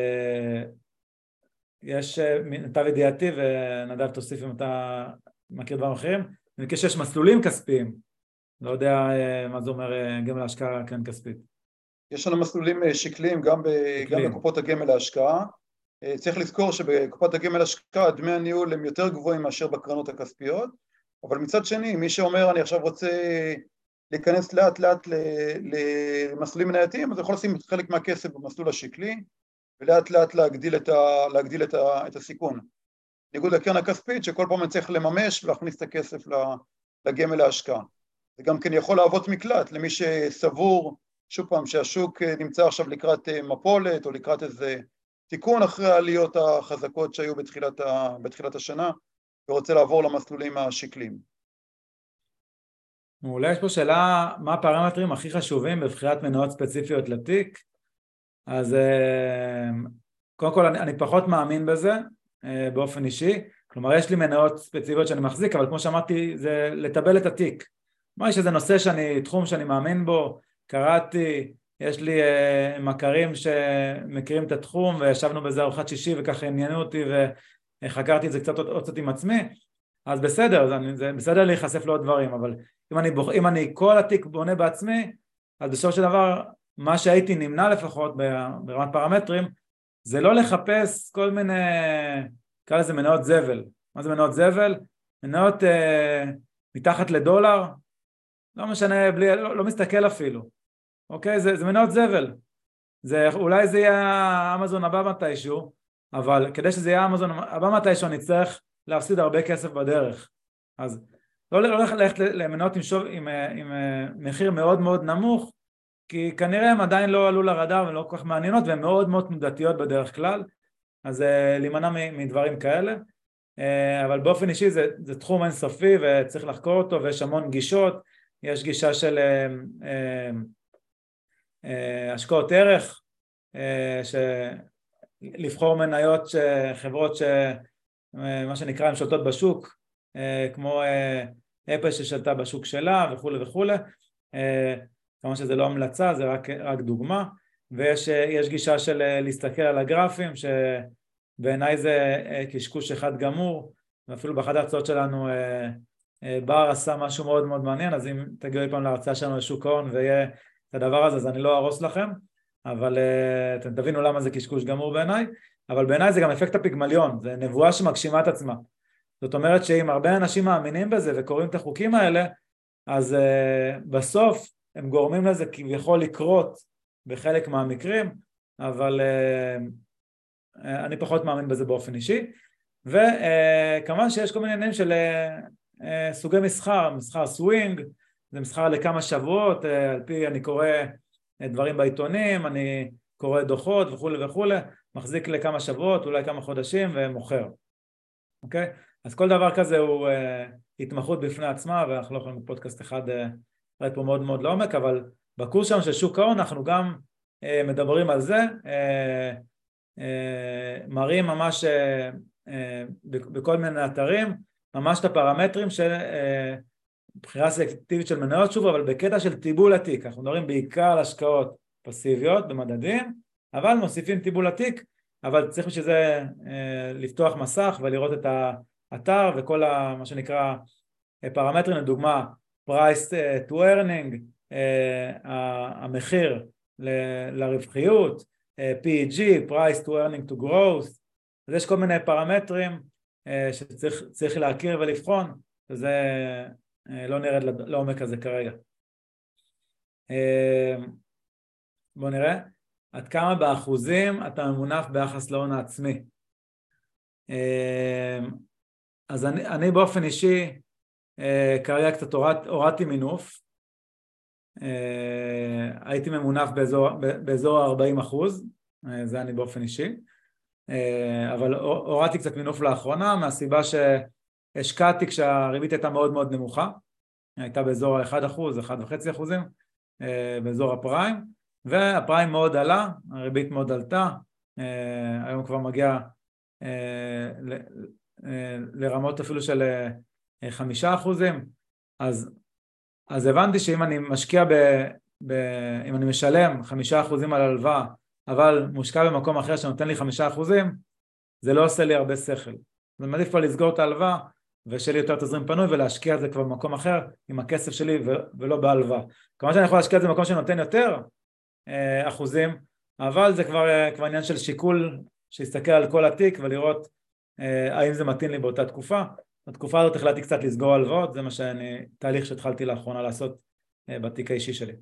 S1: יש נתב ידיעתי, ונדב תוסיף אם אתה מכיר דברים אחרים, אני חושב שיש מסלולים כספיים, לא יודע מה זה אומר גמל להשקעה, קרן כספית.
S2: יש לנו מסלולים שקליים גם בקופות הגמל להשקעה. צריך לזכור שבקופת הגמל להשקעה דמי הניהול הם יותר גבוהים מאשר בקרנות הכספיות, אבל מצד שני, מי שאומר אני עכשיו רוצה להיכנס לאט לאט למסלולים מנייתיים, אז יכול לשים חלק מהכסף במסלול השקלי, ולאט לאט להגדיל את הסיכון. ניגוד לקרן הכספית, שכל פעם צריך לממש ולהכניס את הכסף לגמל להשקעה. זה גם כן יכול להוות מקלט למי שסבור, שוב פעם, שהשוק נמצא עכשיו לקראת מפולת, או לקראת איזה תיקון אחרי העליות החזקות שהיו בתחילת השנה, ורוצה לעבור למסלולים השקליים.
S1: אולי יש פה שאלה, מה הפרמטרים הכי חשובים בבחירת מניות ספציפיות לתיק? אז קודם כל אני פחות מאמין בזה באופן אישי, כלומר יש לי מניות ספציפיות שאני מחזיק, אבל כמו שאמרתי זה לטבל את התיק. יש איזה נושא תחום שאני מאמין בו, קראתי, יש לי מכרים שמכירים את התחום וישבנו בזה ארוחת שישי וככה עניינו אותי וחקרתי את זה קצת עוד קצת עם עצמי, אז בסדר, זה בסדר להיחשף לעוד דברים, אבל אם אני כל התיק בונה בעצמי, אז בסופו של דבר מה שהייתי נמנע לפחות ברמת פרמטרים, זה לא לחפש כל מיני, קרא לזה מניות זבל. מה זה מניות זבל? מניות מתחת לדולר, לא משנה, לא מסתכל אפילו. אוקיי? זה מניות זבל. אולי זה יהיה אמזון הבא מתישהו, אבל כדי שזה יהיה אמזון הבא מתישהו, אני צריך להפסיד הרבה כסף בדרך. אז לא ללכת למניות עם מחיר מאוד מאוד נמוך, כי כנראה הם עדיין לא עלו לרדאר ולא כל כך מעניינות, והן מאוד מאוד תנודתיות בדרך כלל, אז להימנע מדברים כאלה, אבל באופן אישי זה תחום אינסופי וצריך לחקור אותו, ויש המון גישות, יש גישה של השקעות ערך, לבחור מניות חברות מה שנקרא הן שולטות בשוק, כמו אפל ששלטה בשוק שלה וכו' וכו', כמובן שזה לא המלצה, זה רק דוגמה, ויש גישה של להסתכל על הגרפים, שבעיניי זה קשקוש אחד גמור, ואפילו באחת ההרצאות שלנו בר עשה משהו מאוד מאוד מעניין, אז אם תגיעו פעם להרצאה שלנו לשוק ההון ויהיה את הדבר הזה, אז אני לא ארוס לכם, אבל אתם תבינו למה זה קשקוש גמור בעיניי, אבל בעיניי זה גם אפקט הפיגמליון, זה נבואה שמגשימה את עצמה. זאת אומרת שאם הרבה אנשים מאמינים בזה וקוראים את החוקים האלה, אז בסוף הם גורמים לזה כביכול לקרות בחלק מהמקרים, אבל אני פחות מאמין בזה באופן אישי. וכמובן שיש כל מיני עניינים של סוגי מסחר, מסחר סווינג, זה מסחר לכמה שבועות, על פי אני קורא דברים בעיתונים, אני קורא דוחות וכו' וכו', מחזיק לכמה שבועות, אולי כמה חודשים ומוכר, אוקיי? אז כל דבר כזה הוא התמחות בפני עצמה, ואנחנו לא יכולים בפודקאסט אחד לראות פה מאוד מאוד לעומק, אבל בקורס שלנו של שוק ההון אנחנו גם מדברים על זה, מראים ממש בכל מיני אתרים, ממש את הפרמטרים של בחירה סלקטיבית של מניות, שוב, אבל בקטע של טיבול התיק, אנחנו מדברים בעיקר על השקעות פסיביות במדדים, אבל מוסיפים טיבול התיק, אבל צריך בשביל זה לפתוח מסך ולראות את האתר וכל מה שנקרא פרמטרים, לדוגמה price to earning, המחיר לרווחיות, PEG, price to earning to growth, אז יש כל מיני פרמטרים שצריך להכיר ולבחון, וזה לא נרד לעומק הזה כרגע. בואו נראה, עד כמה באחוזים אתה ממונף ביחס להון העצמי. אז אני באופן אישי כרגע קצת הורדתי מינוף, הייתי ממונף באזור 40%, זה אני באופן אישי, אבל הורדתי קצת מינוף לאחרונה מהסיבה שהשקעתי כשהריבית הייתה מאוד מאוד נמוכה, הייתה באזור ה-1%, 1.5%, באזור הפריים, והפריים מאוד עלה, הריבית מאוד עלתה, היום כבר מגיע לרמות אפילו של 5%, אז הבנתי שאם אני משקיע אם אני משלם 5% על הלוואה, אבל מושקע במקום אחר שנותן לי 5%, זה לא עושה לי הרבה שכל. זה מעדיף כבר לסגור את ההלוואה, ושיהיה לי יותר תזרים פנוי, ולהשקיע את זה כבר במקום אחר, עם הכסף שלי ולא בהלוואה. כמובן שאני יכול להשקיע את זה במקום שנותן יותר אחוזים, אבל זה כבר עניין של שיקול, שיסתכל על כל התיק ולראות האם זה מתאים לי באותה תקופה. בתקופה הזאת החלטתי קצת לסגור הלוואות, זה מה תהליך שהתחלתי לאחרונה לעשות בתיק האישי שלי.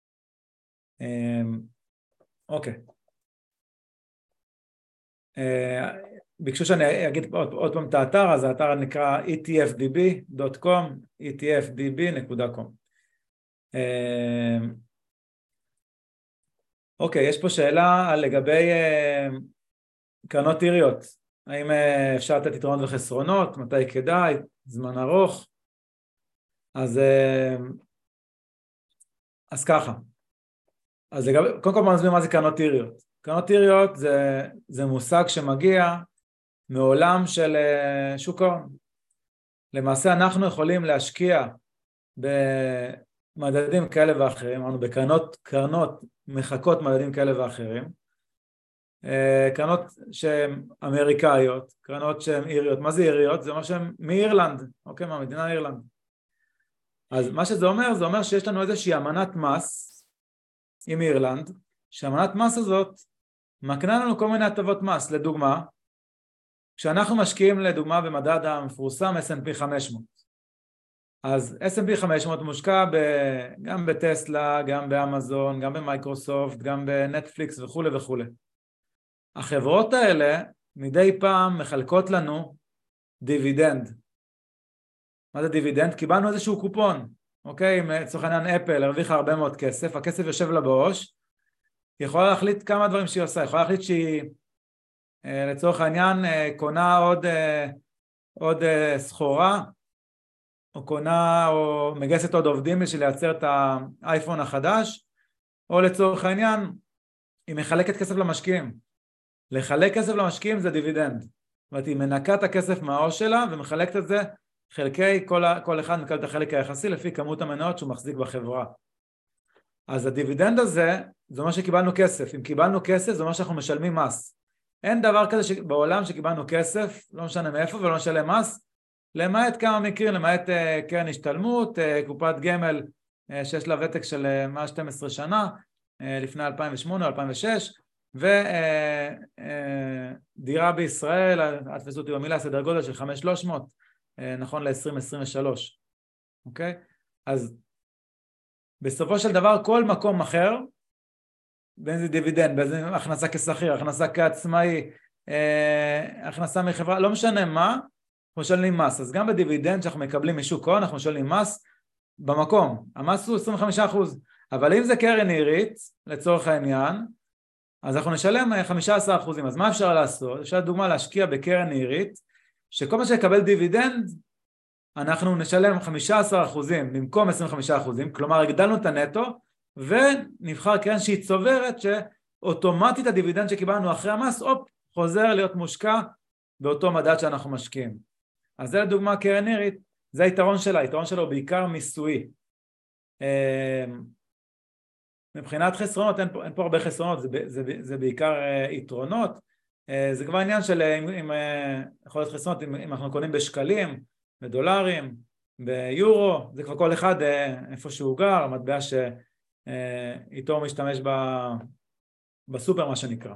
S1: אוקיי. ביקשו שאני אגיד עוד פעם את האתר, אז האתר נקרא etfdb.com, etfdb.com. אוקיי, יש פה שאלה לגבי קרנות איריות. האם אפשר לתת יתרונות וחסרונות, מתי כדאי, זמן ארוך? אז ככה. אז קודם כל נסביר מה זה קרנות איריות. קרנות איריות זה מושג שמגיע מעולם של שוק ההון. למעשה אנחנו יכולים להשקיע במדדים כאלה ואחרים, אמרנו בקרנות מחכות מדדים כאלה ואחרים, קרנות שהן אמריקאיות, קרנות שהן איריות. מה זה איריות? זה אומר שהן מאירלנד, אוקיי, מהמדינה אירלנד. אז מה שזה אומר, זה אומר שיש לנו איזושהי אמנת מס עם אירלנד, שהאמנת מס הזאת מקנה לנו כל מיני הטבות מס. לדוגמה, כשאנחנו משקיעים לדוגמה במדד המפורסם S&P 500, אז S&P 500 מושקע גם בטסלה, גם באמזון, גם במייקרוסופט, גם בנטפליקס וכו' וכו'. החברות האלה מדי פעם מחלקות לנו דיבידנד. מה זה דיבידנד? קיבלנו איזשהו קופון, אוקיי? אם לצורך העניין אפל הרוויחה הרבה מאוד כסף, הכסף יושב לה בראש, היא יכולה להחליט כמה דברים שהיא עושה, היא יכולה להחליט שהיא לצורך העניין קונה עוד סחורה, או קונה או מגייסת עוד עובדים בשביל לייצר את האייפון החדש, או לצורך העניין היא מחלקת כסף למשקיעים. לחלק כסף למשקיעים זה דיבידנד. זאת אומרת, היא מנקה את הכסף מהעו"ש שלה ומחלקת את זה חלקי, כל אחד מקבל את החלק היחסי לפי כמות המניות שהוא מחזיק בחברה. אז הדיבידנד הזה, זה אומר שקיבלנו כסף. אם קיבלנו כסף, זה אומר שאנחנו משלמים מס. אין דבר כזה בעולם שקיבלנו כסף, לא משנה מאיפה ולא נשלם מס, למעט כמה מקרים, למעט קרן השתלמות, קופת גמל שיש לה ותק של 112 שנה, לפני 2008 או 2006, ודירה בישראל, אל תפסו אותי במילה, סדר גודל של 5,300, נכון ל-2023, אוקיי? אז בסופו של דבר כל מקום אחר, בין זה דיבידנד, בין זה הכנסה כשכיר, הכנסה כעצמאי, הכנסה מחברה, לא משנה מה, אנחנו משלמים מס. אז גם בדיבידנד שאנחנו מקבלים משוק ההון, אנחנו משלמים מס במקום. המס הוא 25%. אבל אם זה קרן עירית, לצורך העניין, אז אנחנו נשלם 15%. אז מה אפשר לעשות? אפשר דוגמה להשקיע בקרן עירית, שכל מה שיקבל דיבידנד, אנחנו נשלם 15% במקום 25%, כלומר הגדלנו את הנטו, ונבחר קרן שהיא צוברת, שאוטומטית הדיבידנד שקיבלנו אחרי המס, חוזר להיות מושקע באותו מדד שאנחנו משקיעים. אז זה לדוגמה קרן עירית, זה היתרון שלה, היתרון שלו בעיקר מיסוי. מבחינת חסרונות, אין פה הרבה חסרונות, זה בעיקר יתרונות. זה כבר עניין של אם יכול להיות חסרונות, אם אנחנו קונים בשקלים, בדולרים, ביורו, זה כבר כל אחד איפה שהוא גר, המטבע שאיתו משתמש בסופר מה שנקרא.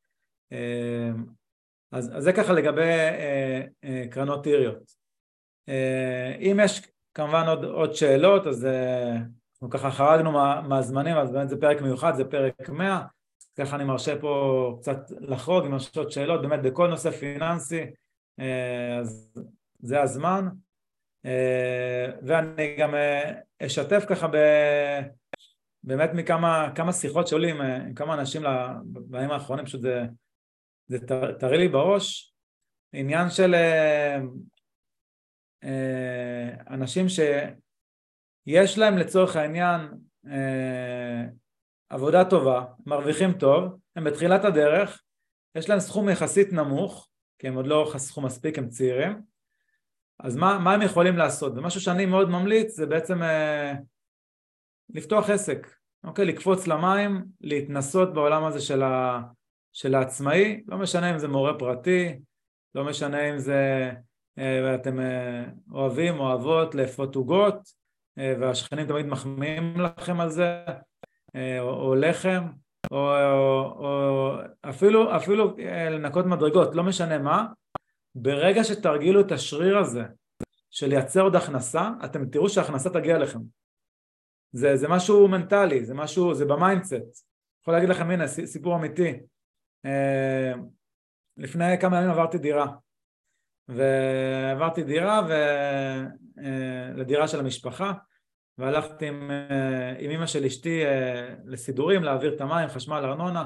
S1: אז זה ככה לגבי קרנות עיריות. אם יש כמובן עוד שאלות, אז אנחנו ככה חרגנו מהזמנים, אז באמת זה פרק מיוחד, זה פרק 100, ככה אני מרשה פה קצת לחרוג, אם יש עוד שאלות, באמת בכל נושא פיננסי, אז זה הזמן, ואני גם אשתף ככה באמת מכמה שיחות שעולים עם כמה אנשים בימים האחרונים, פשוט זה תראי לי בראש, עניין של אנשים שיש להם לצורך העניין עבודה טובה, מרוויחים טוב, הם בתחילת הדרך, יש להם סכום יחסית נמוך, כי הם עוד לא חסכו מספיק, הם צעירים, אז מה הם יכולים לעשות? ומשהו שאני מאוד ממליץ זה בעצם לפתוח עסק, אוקיי? לקפוץ למים, להתנסות בעולם הזה של העצמאי, לא משנה אם זה מורה פרטי, לא משנה אם זה ואתם אוהבים או אוהבות לאפות עוגות, והשכנים תמיד מחמיאים לכם על זה, או לחם, או אפילו לנקות מדרגות, לא משנה מה, ברגע שתרגילו את השריר הזה של לייצר עוד הכנסה, אתם תראו שההכנסה תגיע לכם. זה משהו מנטלי, זה במיינדסט. יכול להגיד לכם, הנה, סיפור אמיתי. לפני כמה ימים עברתי דירה לדירה של המשפחה, והלכתי עם אמא של אשתי לסידורים, להעביר את המים, חשמל, ארנונה,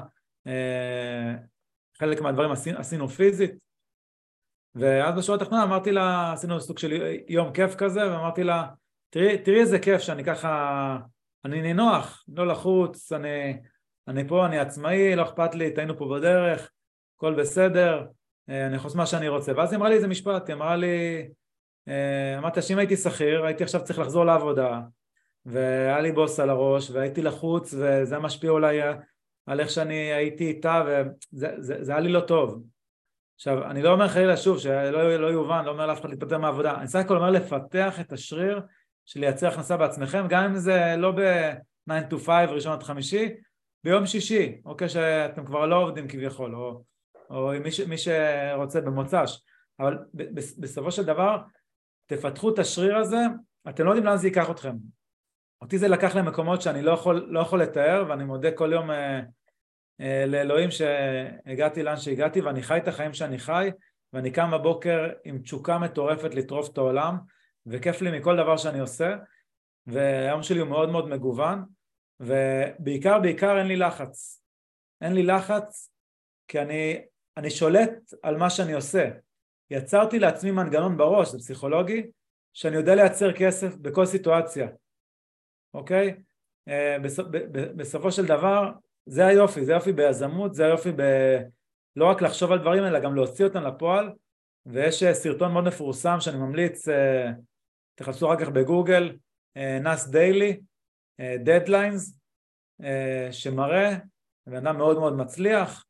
S1: חלק מהדברים עשינו פיזית, ואז בשורה התחתונה אמרתי לה, עשינו סוג של יום כיף כזה, ואמרתי לה, תראי איזה כיף שאני ככה, אני נינוח, לא לחוץ, אני פה, אני עצמאי, לא אכפת לי, תהיינו פה בדרך, הכל בסדר, אני חושב מה שאני רוצה. ואז היא אמרה לי איזה משפט, היא אמרה לי, אמרתי שאם הייתי שכיר, הייתי עכשיו צריך לחזור לעבודה, והיה לי בוס על הראש, והייתי לחוץ, וזה משפיע אולי על איך שאני הייתי איתה, וזה היה לי לא טוב. עכשיו, אני לא אומר חלילה שוב, שלא יובן, לא אומר לאף אחד להתפטר מהעבודה, אני סך הכל אומר לפתח את השריר של לייצר הכנסה בעצמכם, גם אם זה לא ב-9 to 5, ראשון עד חמישי, ביום שישי, אוקיי, שאתם כבר לא עובדים כביכול, או מי שרוצה במוצ"ש, אבל בסופו של דבר, תפתחו את השריר הזה, אתם לא יודעים לאן זה ייקח אתכם. אותי זה לקח למקומות שאני לא יכול לתאר, ואני מודה כל יום לאלוהים שהגעתי לאן שהגעתי, ואני חי את החיים שאני חי, ואני קם בבוקר עם תשוקה מטורפת לטרוף את העולם, וכיף לי מכל דבר שאני עושה, והיום שלי הוא מאוד מאוד מגוון, ובעיקר אין לי לחץ. אין לי לחץ, כי אני שולט על מה שאני עושה. יצרתי לעצמי מנגנון בראש, זה פסיכולוגי, שאני יודע לייצר כסף בכל סיטואציה. אוקיי? בסופו של דבר, זה היופי ביזמות, זה היופי לא רק לחשוב על דברים, אלא גם להוציא אותם לפועל, ויש סרטון מאוד מפורסם שאני ממליץ, תחפשו אחר כך בגוגל, נאס דיילי, דדליינס, שמראה, בן אדם מאוד מאוד מצליח,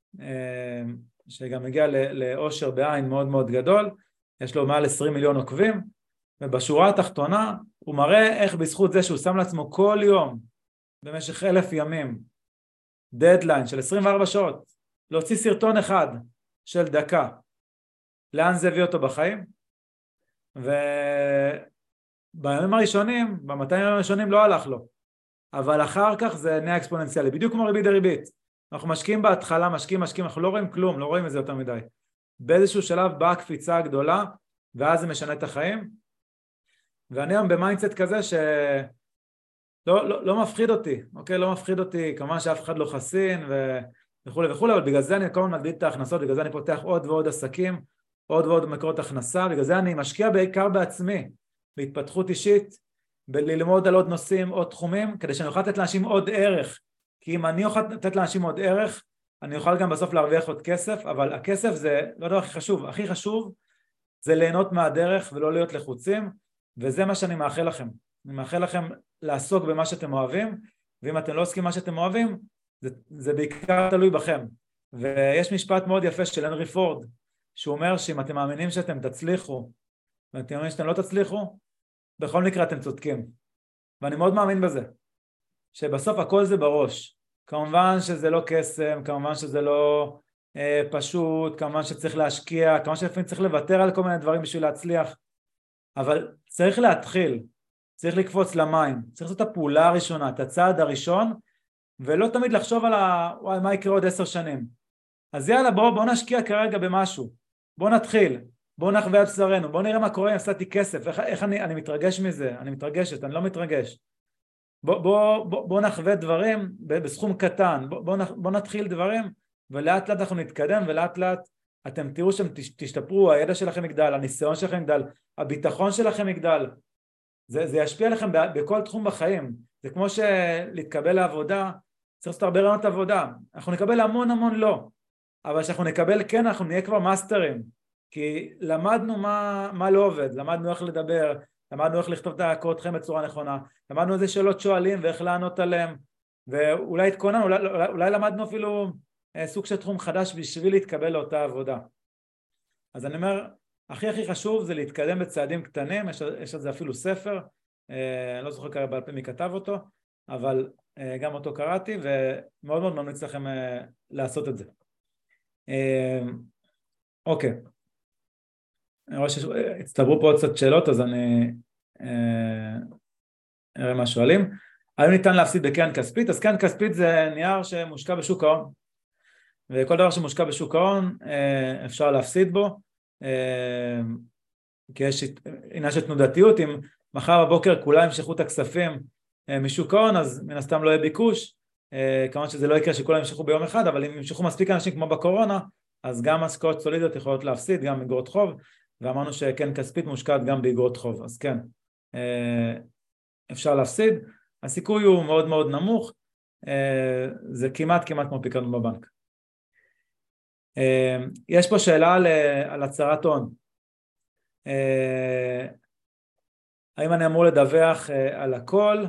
S1: שגם הגיע לאושר בעין מאוד מאוד גדול, יש לו מעל 20 מיליון עוקבים, ובשורה התחתונה הוא מראה איך בזכות זה שהוא שם לעצמו כל יום, במשך 1000 ימים, דדליין של 24 שעות, להוציא סרטון אחד של דקה, לאן זה הביא אותו בחיים, ובימים הראשונים, ב200 ימים הראשונים לא הלך לו, אבל אחר כך זה נהיה אקספוננציאלי, בדיוק כמו ריבית דריבית, אנחנו משקיעים בהתחלה, משקיעים, אנחנו לא רואים כלום, לא רואים את זה יותר מדי. באיזשהו שלב באה הקפיצה הגדולה, ואז זה משנה את החיים. ואני היום במיינדסט כזה לא מפחיד אותי, אוקיי? לא מפחיד אותי, כמובן שאף אחד לא חסין וכולי וכולי, אבל בגלל זה אני כל הזמן מגדיל את ההכנסות, בגלל זה אני פותח עוד ועוד עסקים, עוד ועוד מקורות הכנסה, בגלל זה אני משקיע בעיקר בעצמי, בהתפתחות אישית, בללמוד על עוד נושאים, עוד תחומים, כדי שאני אוכל לתת לאנשים עוד ערך, כי אם אני אוכל לתת לאנשים עוד ערך, אני אוכל גם בסוף להרוויח עוד כסף, אבל הכסף זה לא הדבר הכי חשוב, הכי חשוב זה ליהנות מהדרך ולא להיות לחוצים, וזה מה שאני מאחל לכם. אני מאחל לכם לעסוק במה שאתם אוהבים, ואם אתם לא עוסקים במה שאתם אוהבים, זה בעיקר תלוי בכם. ויש משפט מאוד יפה של הנרי פורד, שהוא אומר שאם אתם מאמינים שאתם תצליחו, ואתם מאמינים שאתם לא תצליחו, בכל מקרה אתם צודקים. ואני מאוד מאמין בזה, שבסוף הכל זה בראש. כמובן שזה לא קסם, כמובן שזה לא פשוט, כמובן שצריך להשקיע, כמובן שלפעמים צריך לוותר על כל מיני דברים בשביל להצליח, אבל צריך להתחיל, צריך לקפוץ למים, צריך לעשות את הפעולה הראשונה, את הצעד הראשון, ולא תמיד לחשוב על וואי, מה יקרה עוד 10 שנים. אז יאללה, בוא נשקיע כרגע במשהו, בוא נתחיל, בוא נחווה על בשרנו, בוא נראה מה קורה אם עשיתי כסף, איך אני מתרגש מזה, אני מתרגשת, אני לא מתרגש. בוא נחווה דברים בסכום קטן, בוא נתחיל דברים, ולאט לאט אנחנו נתקדם, ולאט לאט אתם תראו שאתם תשתפרו, הידע שלכם יגדל, הניסיון שלכם יגדל, הביטחון שלכם יגדל, זה ישפיע עליכם בכל תחום בחיים. זה כמו שלהתקבל לעבודה, צריך לעשות הרבה רעיונות עבודה, אנחנו נקבל המון לא, אבל כשאנחנו נקבל כן, אנחנו נהיה כבר מאסטרים, כי למדנו מה לא עובד, למדנו איך לדבר, למדנו איך לכתוב את הקורות חיים בצורה נכונה, למדנו איזה שאלות שואלים ואיך לענות עליהם, ואולי התכוננו, אולי למדנו אפילו סוג של תחום חדש בשביל להתקבל לאותה עבודה. אז אני אומר, הכי חשוב זה להתקדם בצעדים קטנים, יש על זה אפילו ספר, אני לא זוכר בעל פה מי כתב אותו, אבל גם אותו קראתי, ומאוד מאוד ממליץ לכם לעשות את זה. אוקיי. אני רואה שהצטברו פה עוד קצת שאלות, אז אני אראה מה שואלים. האם ניתן להפסיד בקרן כספית? אז קרן כספית זה נייר שמושקע בשוק ההון, וכל דבר שמושקע בשוק ההון אפשר להפסיד בו, כי יש עניין של תנודתיות. אם מחר בבוקר כולם ימשכו את הכספים משוק ההון, אז מן הסתם לא יהיה ביקוש, כמובן שזה לא יקרה שכולם ימשכו ביום אחד, אבל אם ימשכו מספיק אנשים כמו בקורונה, אז גם השקעות סולידיות יכולות להפסיד, גם אגרות חוב, ואמרנו שכן כספית מושקעת גם באגרות חוב, אז כן, אפשר להפסיד. הסיכוי הוא מאוד מאוד נמוך, זה כמעט כמו פיקדון בבנק. יש פה שאלה על הצהרת הון. האם אני אמור לדווח על הכל?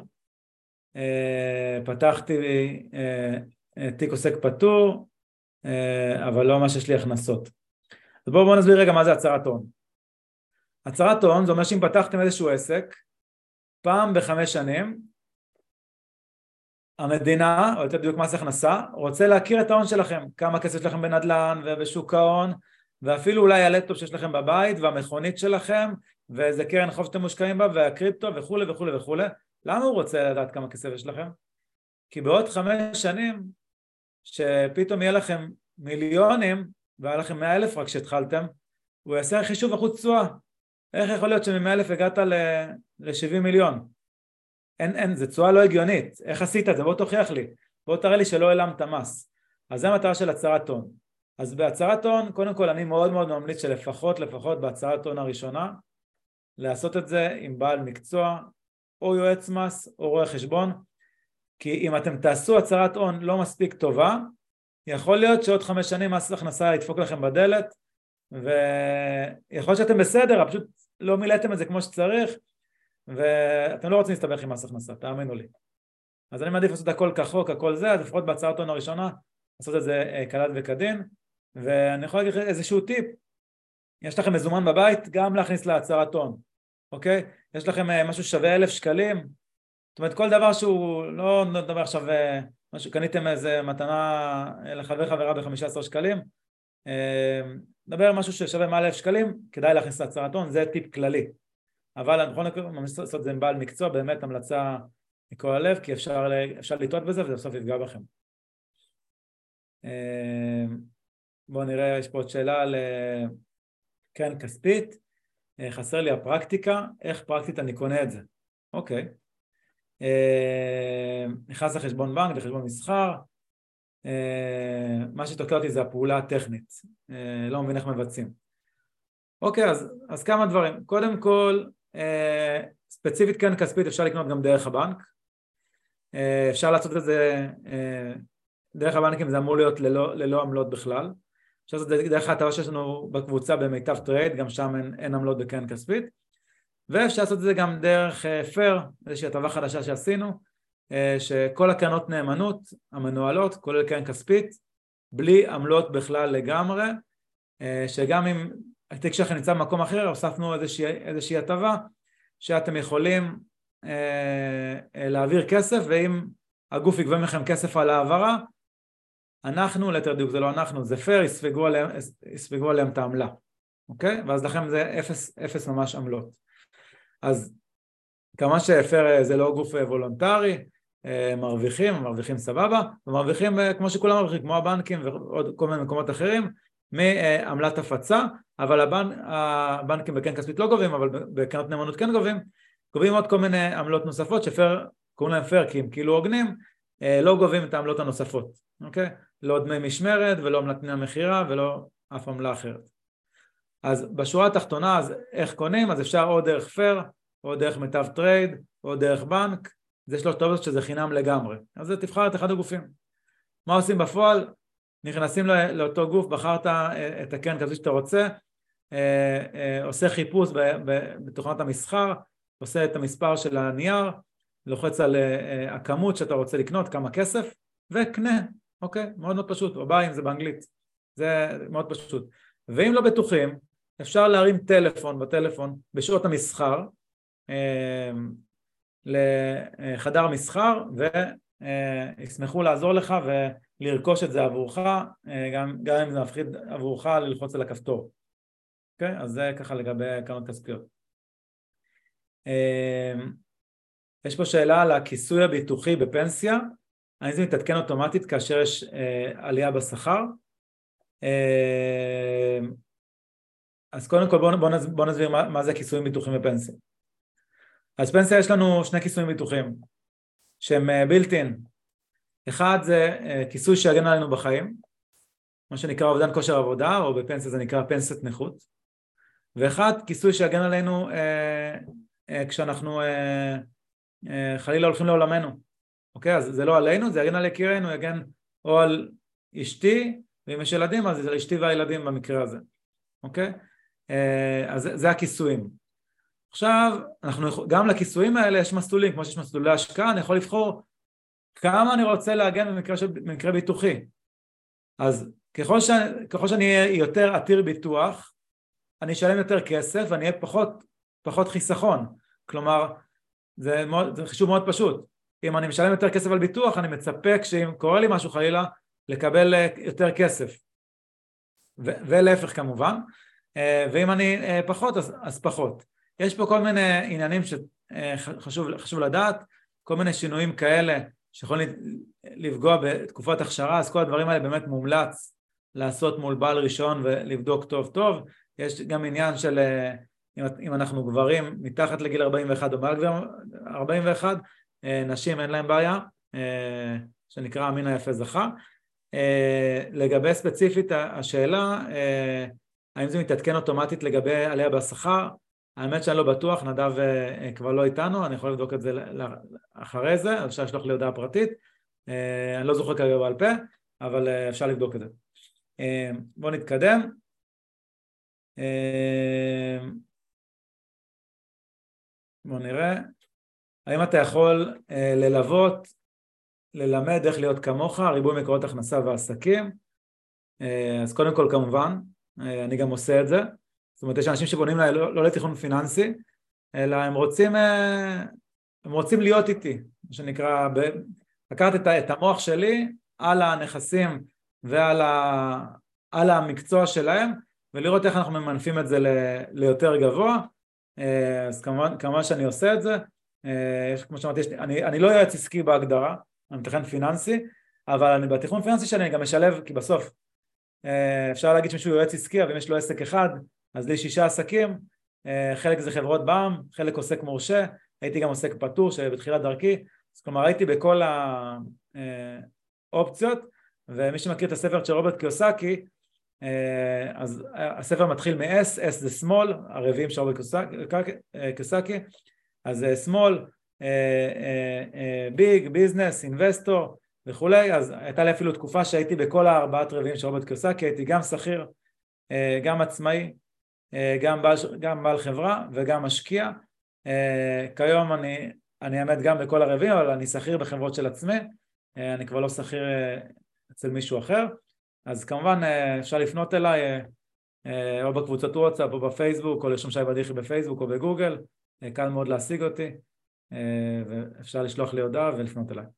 S1: פתחתי תיק עוסק פטור, אבל לא ממש יש לי הכנסות. אז בואו נסביר רגע מה זה הצהרת הון. הצהרת הון זה אומר שאם פתחתם איזשהו עסק, פעם ב5 שנים, המדינה, או יותר בדיוק מס הכנסה, רוצה להכיר את ההון שלכם, כמה כסף שלכם בנדל"ן ובשוק ההון, ואפילו אולי הלפטופ שיש לכם בבית, והמכונית שלכם, ואיזה קרן חוב שאתם מושקעים בה, והקריפטו וכו'. למה הוא רוצה לדעת כמה כסף יש לכם? כי בעוד 5 שנים, שפתאום יהיה לכם מיליונים, והיה לכם 100,000 רק שהתחלתם, הוא יעשה חישוב אחוז תשואה. איך יכול להיות שמ100,000 הגעת ל70 מיליון? אין, זה תשואה לא הגיונית. איך עשית את זה? בוא תוכיח לי. בוא תראה לי שלא העלמת מס. אז זה המטרה של הצהרת הון. אז בהצהרת הון, קודם כל אני מאוד מאוד ממליץ שלפחות בהצהרת הון הראשונה, לעשות את זה עם בעל מקצוע, או יועץ מס, או רואה חשבון, כי אם אתם תעשו הצהרת הון לא מספיק טובה, יכול להיות שעוד 5 שנים מס הכנסה ידפוק לכם בדלת, ויכול להיות שאתם בסדר, פשוט לא מילאתם את זה כמו שצריך, ואתם לא רוצים להסתבך עם מס הכנסה, תאמינו לי. אז אני מעדיף לעשות הכל כחוק, הכל זה, אז לפחות בהצהרת הון הראשונה, לעשות את זה כדת וכדין, ואני יכול להגיד איזשהו טיפ, יש לכם מזומן בבית, גם להכניס להצהרת הון, אוקיי? יש לכם משהו שווה 1,000 שקלים, זאת אומרת כל דבר שהוא לא דבר עכשיו, משהו, קניתם איזה מתנה חברה ב15 שקלים, דבר משהו ששווה 100,000 שקלים, כדאי להכניס להצהרת הון, זה טיפ כללי. אבל אני יכול לעשות את זה עם בעל מקצוע, באמת המלצה מכל הלב, כי אפשר לטעות בזה וזה בסוף יפגע בכם. בואו נראה, יש פה עוד שאלה על קרן כספית, חסר לי הפרקטיקה, איך פרקטית אני קונה את זה? אוקיי. נכנס לחשבון בנק, לחשבון מסחר, מה שתוקע אותי זה הפעולה הטכנית, לא מבין איך מבצעים. אוקיי, אז כמה דברים. קודם כל, ספציפית קרן כספית אפשר לקנות גם דרך הבנק, אפשר לעשות את זה דרך הבנקים, זה אמור להיות ללא עמלות בכלל. אפשר לעשות את זה דרך ההטבה שיש לנו בקבוצה במיטב טרייד, גם שם אין עמלות בקרן כספית, ואפשר לעשות את זה גם דרך פייר, איזושהי הטבה חדשה שעשינו, שכל הקרנות נאמנות המנוהלות, כולל קרן כספית, בלי עמלות בכלל לגמרי, שגם אם התיק שלכם נמצא במקום אחר, הוספנו איזושהי הטבה, שאתם יכולים להעביר כסף, ואם הגוף יגבה מכם כסף על העברה, אנחנו, ליתר דיוק זה לא אנחנו, זה פייר, יספגו עליהם את העמלה, אוקיי? ואז לכם זה אפס ממש עמלות. אז כמה שפייר זה לא גוף וולונטרי, מרוויחים סבבה, ומרוויחים כמו שכולם מרוויחים, כמו הבנקים ועוד כל מיני מקומות אחרים, מעמלת הפצה, אבל הבנקים בקרן כספית לא גובים, אבל בקרנות נאמנות כן גובים עוד כל מיני עמלות נוספות, שפייר, קוראים להם פייר כי הם כאילו הוגנים, לא גובים את העמלות הנוספות, אוקיי? לא דמי משמרת ולא עמלת המכירה ולא אף עמלה אחרת. אז בשורה התחתונה, אז איך קונים? אז אפשר או דרך פייר, או דרך מיטב טרייד, או דרך בנק, זה שלושת אופציות שזה חינם לגמרי. אז תבחר את אחד הגופים. מה עושים בפועל? נכנסים לאותו גוף, בחרת את הקרן כזו שאתה רוצה, עושה חיפוש בתוכנת המסחר, עושה את המספר של הנייר, לוחץ על הכמות שאתה רוצה לקנות, כמה כסף, וקנה, אוקיי? מאוד מאוד פשוט, או ביי אם זה באנגלית, זה מאוד פשוט. ואם לא בטוחים, אפשר להרים טלפון בטלפון בשעות המסחר, לחדר מסחר, וישמחו לעזור לך ולרכוש את זה עבורך, גם אם זה מפחיד עבורך ללחוץ על הכפתור. אוקיי? אז זה ככה לגבי קרנות כספיות. יש פה שאלה על הכיסוי הביטוחי בפנסיה, האם זה מתעדכן אוטומטית כאשר יש עלייה בשכר? אז קודם כל בוא נסביר מה זה כיסויים ביטוחיים בפנסיה. אז פנסיה יש לנו שני כיסויים ביטוחיים שהם built-in. אחד זה כיסוי שיגן עלינו בחיים, מה שנקרא אובדן כושר עבודה, או בפנסיה זה נקרא פנסיית נכות. ואחד כיסוי שיגן עלינו כשאנחנו חלילה הולכים לעולמנו. אוקיי, אז זה לא עלינו, זה יגן על יקירנו, יגן או על אשתי, ואם יש ילדים אז זה על אשתי והילדים במקרה הזה. אוקיי? אז זה הכיסויים. עכשיו, גם לכיסויים האלה יש מסלולים, כמו שיש מסלולי השקעה, אני יכול לבחור כמה אני רוצה להגן במקרה ביטוחי. אז ככל שאני אהיה יותר עתיר ביטוח, אני אשלם יותר כסף ואני אהיה פחות חיסכון. כלומר, זה חישוב מאוד פשוט. אם אני משלם יותר כסף על ביטוח, אני מצפה כשאם קורה לי משהו חלילה, לקבל יותר כסף. ולהפך כמובן. ואם אני פחות, אז פחות. יש פה כל מיני עניינים שחשוב לדעת, כל מיני שינויים כאלה שיכולים לפגוע בתקופת הכשרה, אז כל הדברים האלה באמת מומלץ לעשות מול בעל ראשון ולבדוק טוב טוב. יש גם עניין של אם אנחנו גברים מתחת לגיל 41 או מעל גיל 41, נשים אין להם בעיה, שנקרא המין היפה זכה. לגבי ספציפית השאלה, האם זה מתעדכן אוטומטית לגבי עלייה בשכר? האמת שאני לא בטוח, נדב כבר לא איתנו, אני יכול לבדוק את זה אחרי זה, אפשר לשלוח לי הודעה פרטית, אני לא זוכר כרגע בעל פה, אבל אפשר לבדוק את זה. בואו נתקדם. בואו נראה. האם אתה יכול ללמד איך להיות כמוך, ריבוי מקורות הכנסה ועסקים? אז קודם כל כמובן, אני גם עושה את זה. זאת אומרת, יש אנשים שבונים אליי לא לתכנון פיננסי, אלא הם רוצים להיות איתי, מה שנקרא, לקחת את המוח שלי על הנכסים ועל המקצוע שלהם, ולראות איך אנחנו ממנפים את זה ליותר גבוה. אז כמובן שאני עושה את זה. כמו שאמרתי, אני לא יועץ עסקי בהגדרה, אני מתכנן פיננסי, אבל אני בתכנון פיננסי שלי אני גם משלב, כי בסוף אפשר להגיד שמישהו יועץ עסקי, אבל אם יש לו עסק אחד, אז לי 6 עסקים, חלק זה חברות בע"מ, חלק עוסק מורשה, הייתי גם עוסק פטור שבתחילת דרכי, אז כלומר הייתי בכל האופציות, ומי שמכיר את הספר של רוברט קיוסקי, אז הספר מתחיל מ-S, S זה small, הרביעים של רוברט קיוסקי, אז small, big, business, investor וכולי, אז הייתה לי אפילו תקופה שהייתי בכל 4 רביעים של רוברט קיוסקי, הייתי גם שכיר, גם עצמאי, גם בעל חברה וגם משקיע. כיום אני אמת גם בכל הרביעים, אבל אני שכיר בחברות של עצמי, אני כבר לא שכיר אצל מישהו אחר, אז כמובן אפשר לפנות אליי או בקבוצת וואטסאפ או בפייסבוק, או לרשום שי בדיחי בפייסבוק או בגוגל, קל מאוד להשיג אותי, ואפשר לשלוח לי הודעה ולפנות אליי.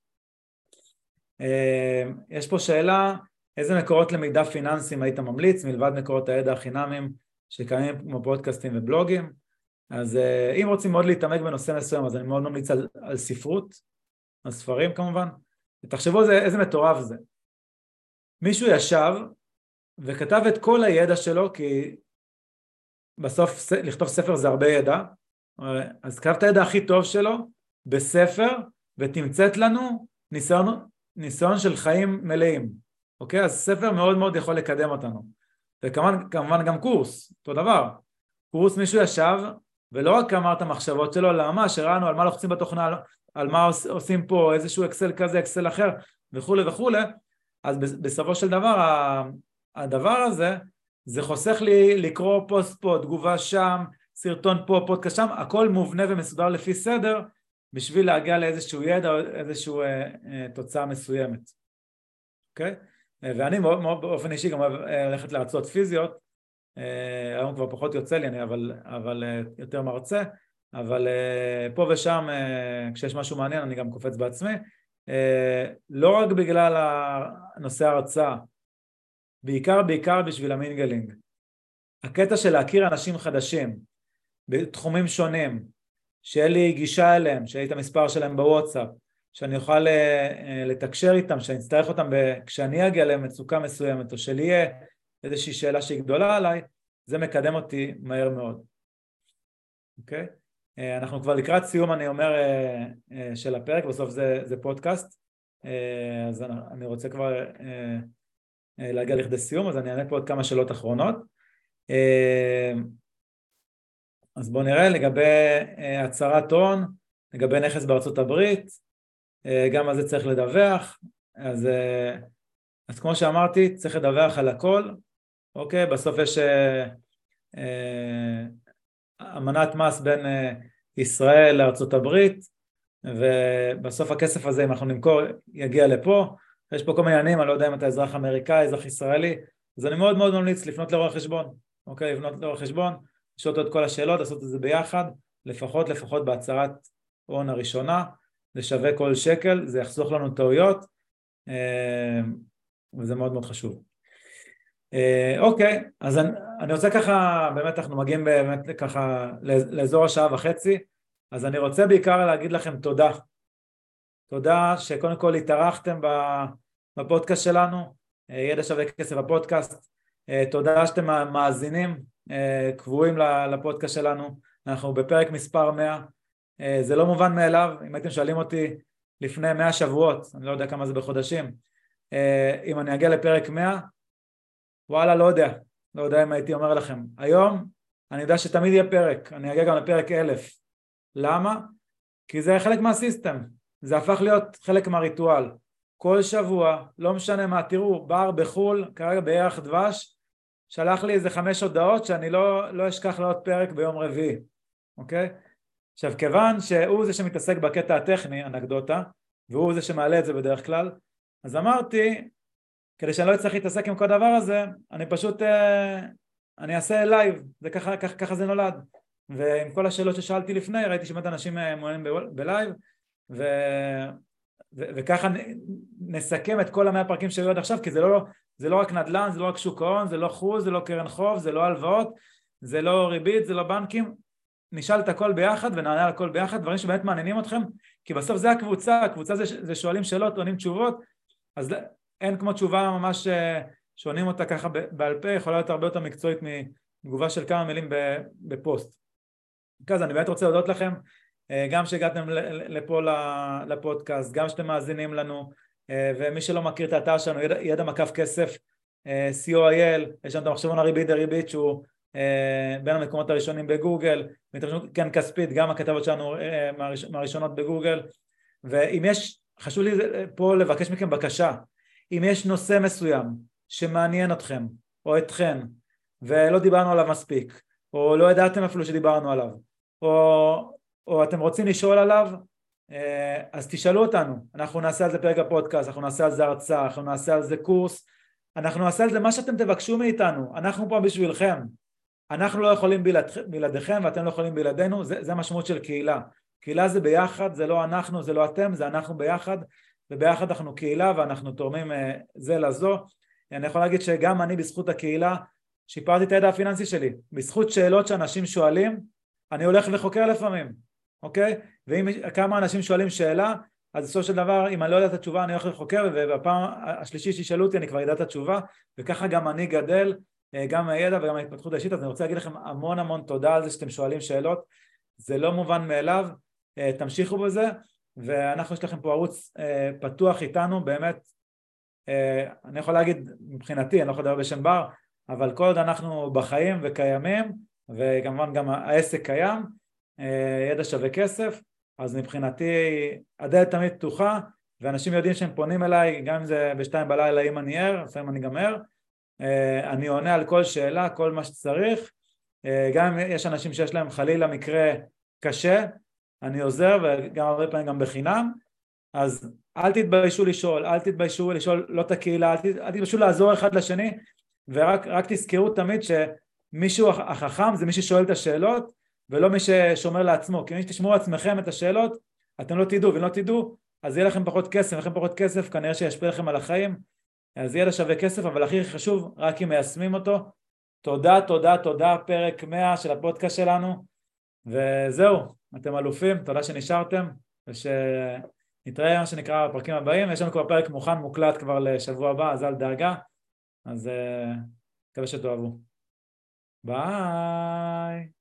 S1: יש פה שאלה, איזה מקורות למידע פיננסיים היית ממליץ מלבד מקורות הידע החינמיים שקיימים כמו פודקאסטים ובלוגים? אז אם רוצים מאוד להתעמק בנושא מסוים, אז אני מאוד ממליץ על ספרות, על ספרים כמובן. תחשבו איזה מטורף זה. מישהו ישב וכתב את כל הידע שלו, כי בסוף לכתוב ספר זה הרבה ידע, אז כתב את הידע הכי טוב שלו בספר ותמצאת לנו ניסיון של חיים מלאים, אוקיי? אז ספר מאוד מאוד יכול לקדם אותנו, וכמובן גם קורס, אותו דבר, קורס מישהו ישב ולא רק אמר את המחשבות שלו, למה שראינו על מה לוחצים בתוכנה, על מה עושים פה, איזשהו אקסל כזה, אקסל אחר וכולי וכולי, אז בסופו של דבר הדבר הזה, זה חוסך לי לקרוא פוסט פה, תגובה שם, סרטון פה, פודקאסט שם, הכל מובנה ומסודר לפי סדר, בשביל להגיע לאיזשהו ידע או איזשהו תוצאה מסוימת. אוקיי? ואני מאוד באופן אישי גם הולכת להרצות פיזיות, היום כבר פחות יוצא לי, אבל יותר מרצה, אבל פה ושם כשיש משהו מעניין אני גם קופץ בעצמי, לא רק בגלל הנושא ההרצאה, בעיקר בשביל המינגלינג. הקטע של להכיר אנשים חדשים בתחומים שונים, שיהיה לי גישה אליהם, שיהיה לי את המספר שלהם בוואטסאפ, שאני אוכל לתקשר איתם, שאני אצטרך אותם כשאני אגיע למצוקה מסוימת, או שלי יהיה איזושהי שאלה שהיא גדולה עליי, זה מקדם אותי מהר מאוד. אוקיי? אנחנו כבר לקראת סיום, אני אומר, של הפרק, בסוף זה פודקאסט, אז אני רוצה כבר להגיע לכדי סיום, אז אני אענה פה עוד כמה שאלות אחרונות. אז בואו נראה לגבי הצהרת הון, לגבי נכס בארצות הברית, גם על זה צריך לדווח, אז כמו שאמרתי, צריך לדווח על הכל, אוקיי? בסוף יש אמנת מס בין ישראל לארצות הברית, ובסוף הכסף הזה, אם אנחנו נמכור, יגיע לפה, יש פה כל מיני עניינים, אני לא יודע אם אתה אזרח אמריקאי, אזרח ישראלי, אז אני מאוד מאוד ממליץ לפנות לרואה חשבון, אוקיי? לפנות לרואה חשבון, לשאול אותו את כל השאלות, לעשות את זה ביחד, לפחות בהצהרת הון הראשונה, זה שווה כל שקל, זה יחסוך לנו טעויות, וזה מאוד מאוד חשוב. אוקיי, אז אני רוצה ככה, באמת אנחנו מגיעים באמת ככה לאזור השעה וחצי, אז אני רוצה בעיקר להגיד לכם תודה. תודה שקודם כל התארחתם בפודקאסט שלנו, ידע שווה כסף בפודקאסט, תודה שאתם מאזינים, קבועים לפודקאסט שלנו, אנחנו בפרק מספר 100, זה לא מובן מאליו, אם הייתם שואלים אותי לפני 100 שבועות, אני לא יודע כמה זה בחודשים, אם אני אגיע לפרק 100, וואלה לא יודע אם הייתי אומר לכם, היום אני יודע שתמיד יהיה פרק, אני אגיע גם לפרק 1000, למה? כי זה חלק מהסיסטם, זה הפך להיות חלק מהריטואל, כל שבוע, לא משנה מה, תראו, בר בחול, כרגע בירח דבש, שלח לי איזה 5 הודעות שאני לא אשכח לעוד פרק ביום רביעי, אוקיי? עכשיו, כיוון שהוא זה שמתעסק בקטע הטכני, אנקדוטה, והוא זה שמעלה את זה בדרך כלל, אז אמרתי, כדי שאני לא אצטרך להתעסק עם כל הדבר הזה, אני פשוט, אני אעשה לייב, זה ככה זה נולד. ועם כל השאלות ששאלתי לפני, ראיתי שבאמת אנשים מעוניינים בלייב, וככה נסכם את כל 100 פרקים שהיו עד עכשיו, כי זה לא רק נדל"ן, זה לא רק שוק ההון, זה לא חוז, זה לא קרן חוב, זה לא הלוואות, זה לא ריבית, זה לא בנקים, נשאל את הכל ביחד ונענה על הכל ביחד, דברים שבאמת מעניינים אתכם, כי בסוף זה הקבוצה זה שואלים שאלות, עונים תשובות, אז אין כמו תשובה ממש שעונים אותה ככה בעל פה, יכולה להיות הרבה יותר מקצועית מתגובה של כמה מילים בפוסט. אז אני באמת רוצה להודות לכם, גם שהגעתם לפה לפודקאסט, גם שאתם מאזינים לנו, ומי שלא מכיר את האתר שלנו, ידע מקף כסף, co.il, יש לנו את המחשבון הריבית דריבית שהוא בין המקומות הראשונים בגוגל, כן כספית, גם הכתבות שלנו מהראשונות בגוגל. ואם יש, חשוב לי פה לבקש מכם בקשה, אם יש נושא מסוים שמעניין אתכם או אתכן ולא דיברנו עליו מספיק, או לא ידעתם אפילו שדיברנו עליו, או אתם רוצים לשאול עליו, אז תשאלו אותנו, אנחנו נעשה על זה פרק הפודקאסט, אנחנו נעשה על זה הרצאה, אנחנו נעשה על זה קורס, אנחנו נעשה על זה מה שאתם תבקשו מאיתנו, אנחנו פה בשבילכם, אנחנו לא יכולים בלעדיכם ואתם לא יכולים בלעדינו, זה משמעות של קהילה, קהילה זה ביחד, זה לא אנחנו, זה לא אתם, זה אנחנו ביחד, וביחד אנחנו קהילה ואנחנו תורמים זה לזו. אני יכול להגיד שגם אני בזכות הקהילה שיפרתי את הידע הפיננסי שלי, בזכות שאלות שאנשים שואלים, אני הולך וחוקר לפעמים, אוקיי? ואם כמה אנשים שואלים שאלה, אז בסופו של דבר, אם אני לא יודע את התשובה, אני הולך לחוקר, ובפעם השלישית שישאלו אותי, אני כבר ידע את התשובה, וככה גם אני גדל, גם הידע וגם ההתפתחות האישית. אז אני רוצה להגיד לכם המון המון תודה על זה שאתם שואלים שאלות, זה לא מובן מאליו, תמשיכו בזה, ואנחנו יש לכם פה ערוץ פתוח איתנו, באמת, אני יכול להגיד מבחינתי, אני לא יכול לדבר בשם בר, אבל כל עוד אנחנו בחיים וקיימים, וכמובן גם העסק קיים, ידע שווה כסף, אז מבחינתי הדלת תמיד פתוחה, ואנשים יודעים שהם פונים אליי, גם אם זה בשתיים בלילה אם אני ער, לפעמים אני גם ער, אני עונה על כל שאלה, כל מה שצריך, גם אם יש אנשים שיש להם חלילה מקרה קשה, אני עוזר, וגם הרבה פעמים גם בחינם, אז אל תתביישו לשאול, אל תתביישו לשאול לא את הקהילה, אל תתביישו לעזור אחד לשני, ורק תזכרו תמיד שמישהו החכם זה מי ששואל את השאלות, ולא מי ששומר לעצמו, כי מי שתשמעו לעצמכם את השאלות, אתם לא תדעו, ואם לא תדעו, אז יהיה לכם פחות כסף, לכם פחות כסף, כנראה שישפיע לכם על החיים, אז ידע שווה כסף, אבל הכי חשוב, רק אם מיישמים אותו. תודה, תודה, תודה, פרק 100 של הפודקאסט שלנו, וזהו, אתם אלופים, תודה שנשארתם, ושנתראה מה שנקרא בפרקים הבאים, יש לנו כבר פרק מוכן, מוקלט כבר לשבוע הבא, אז אל דאגה, אז מקווה שתאהבו. ביי.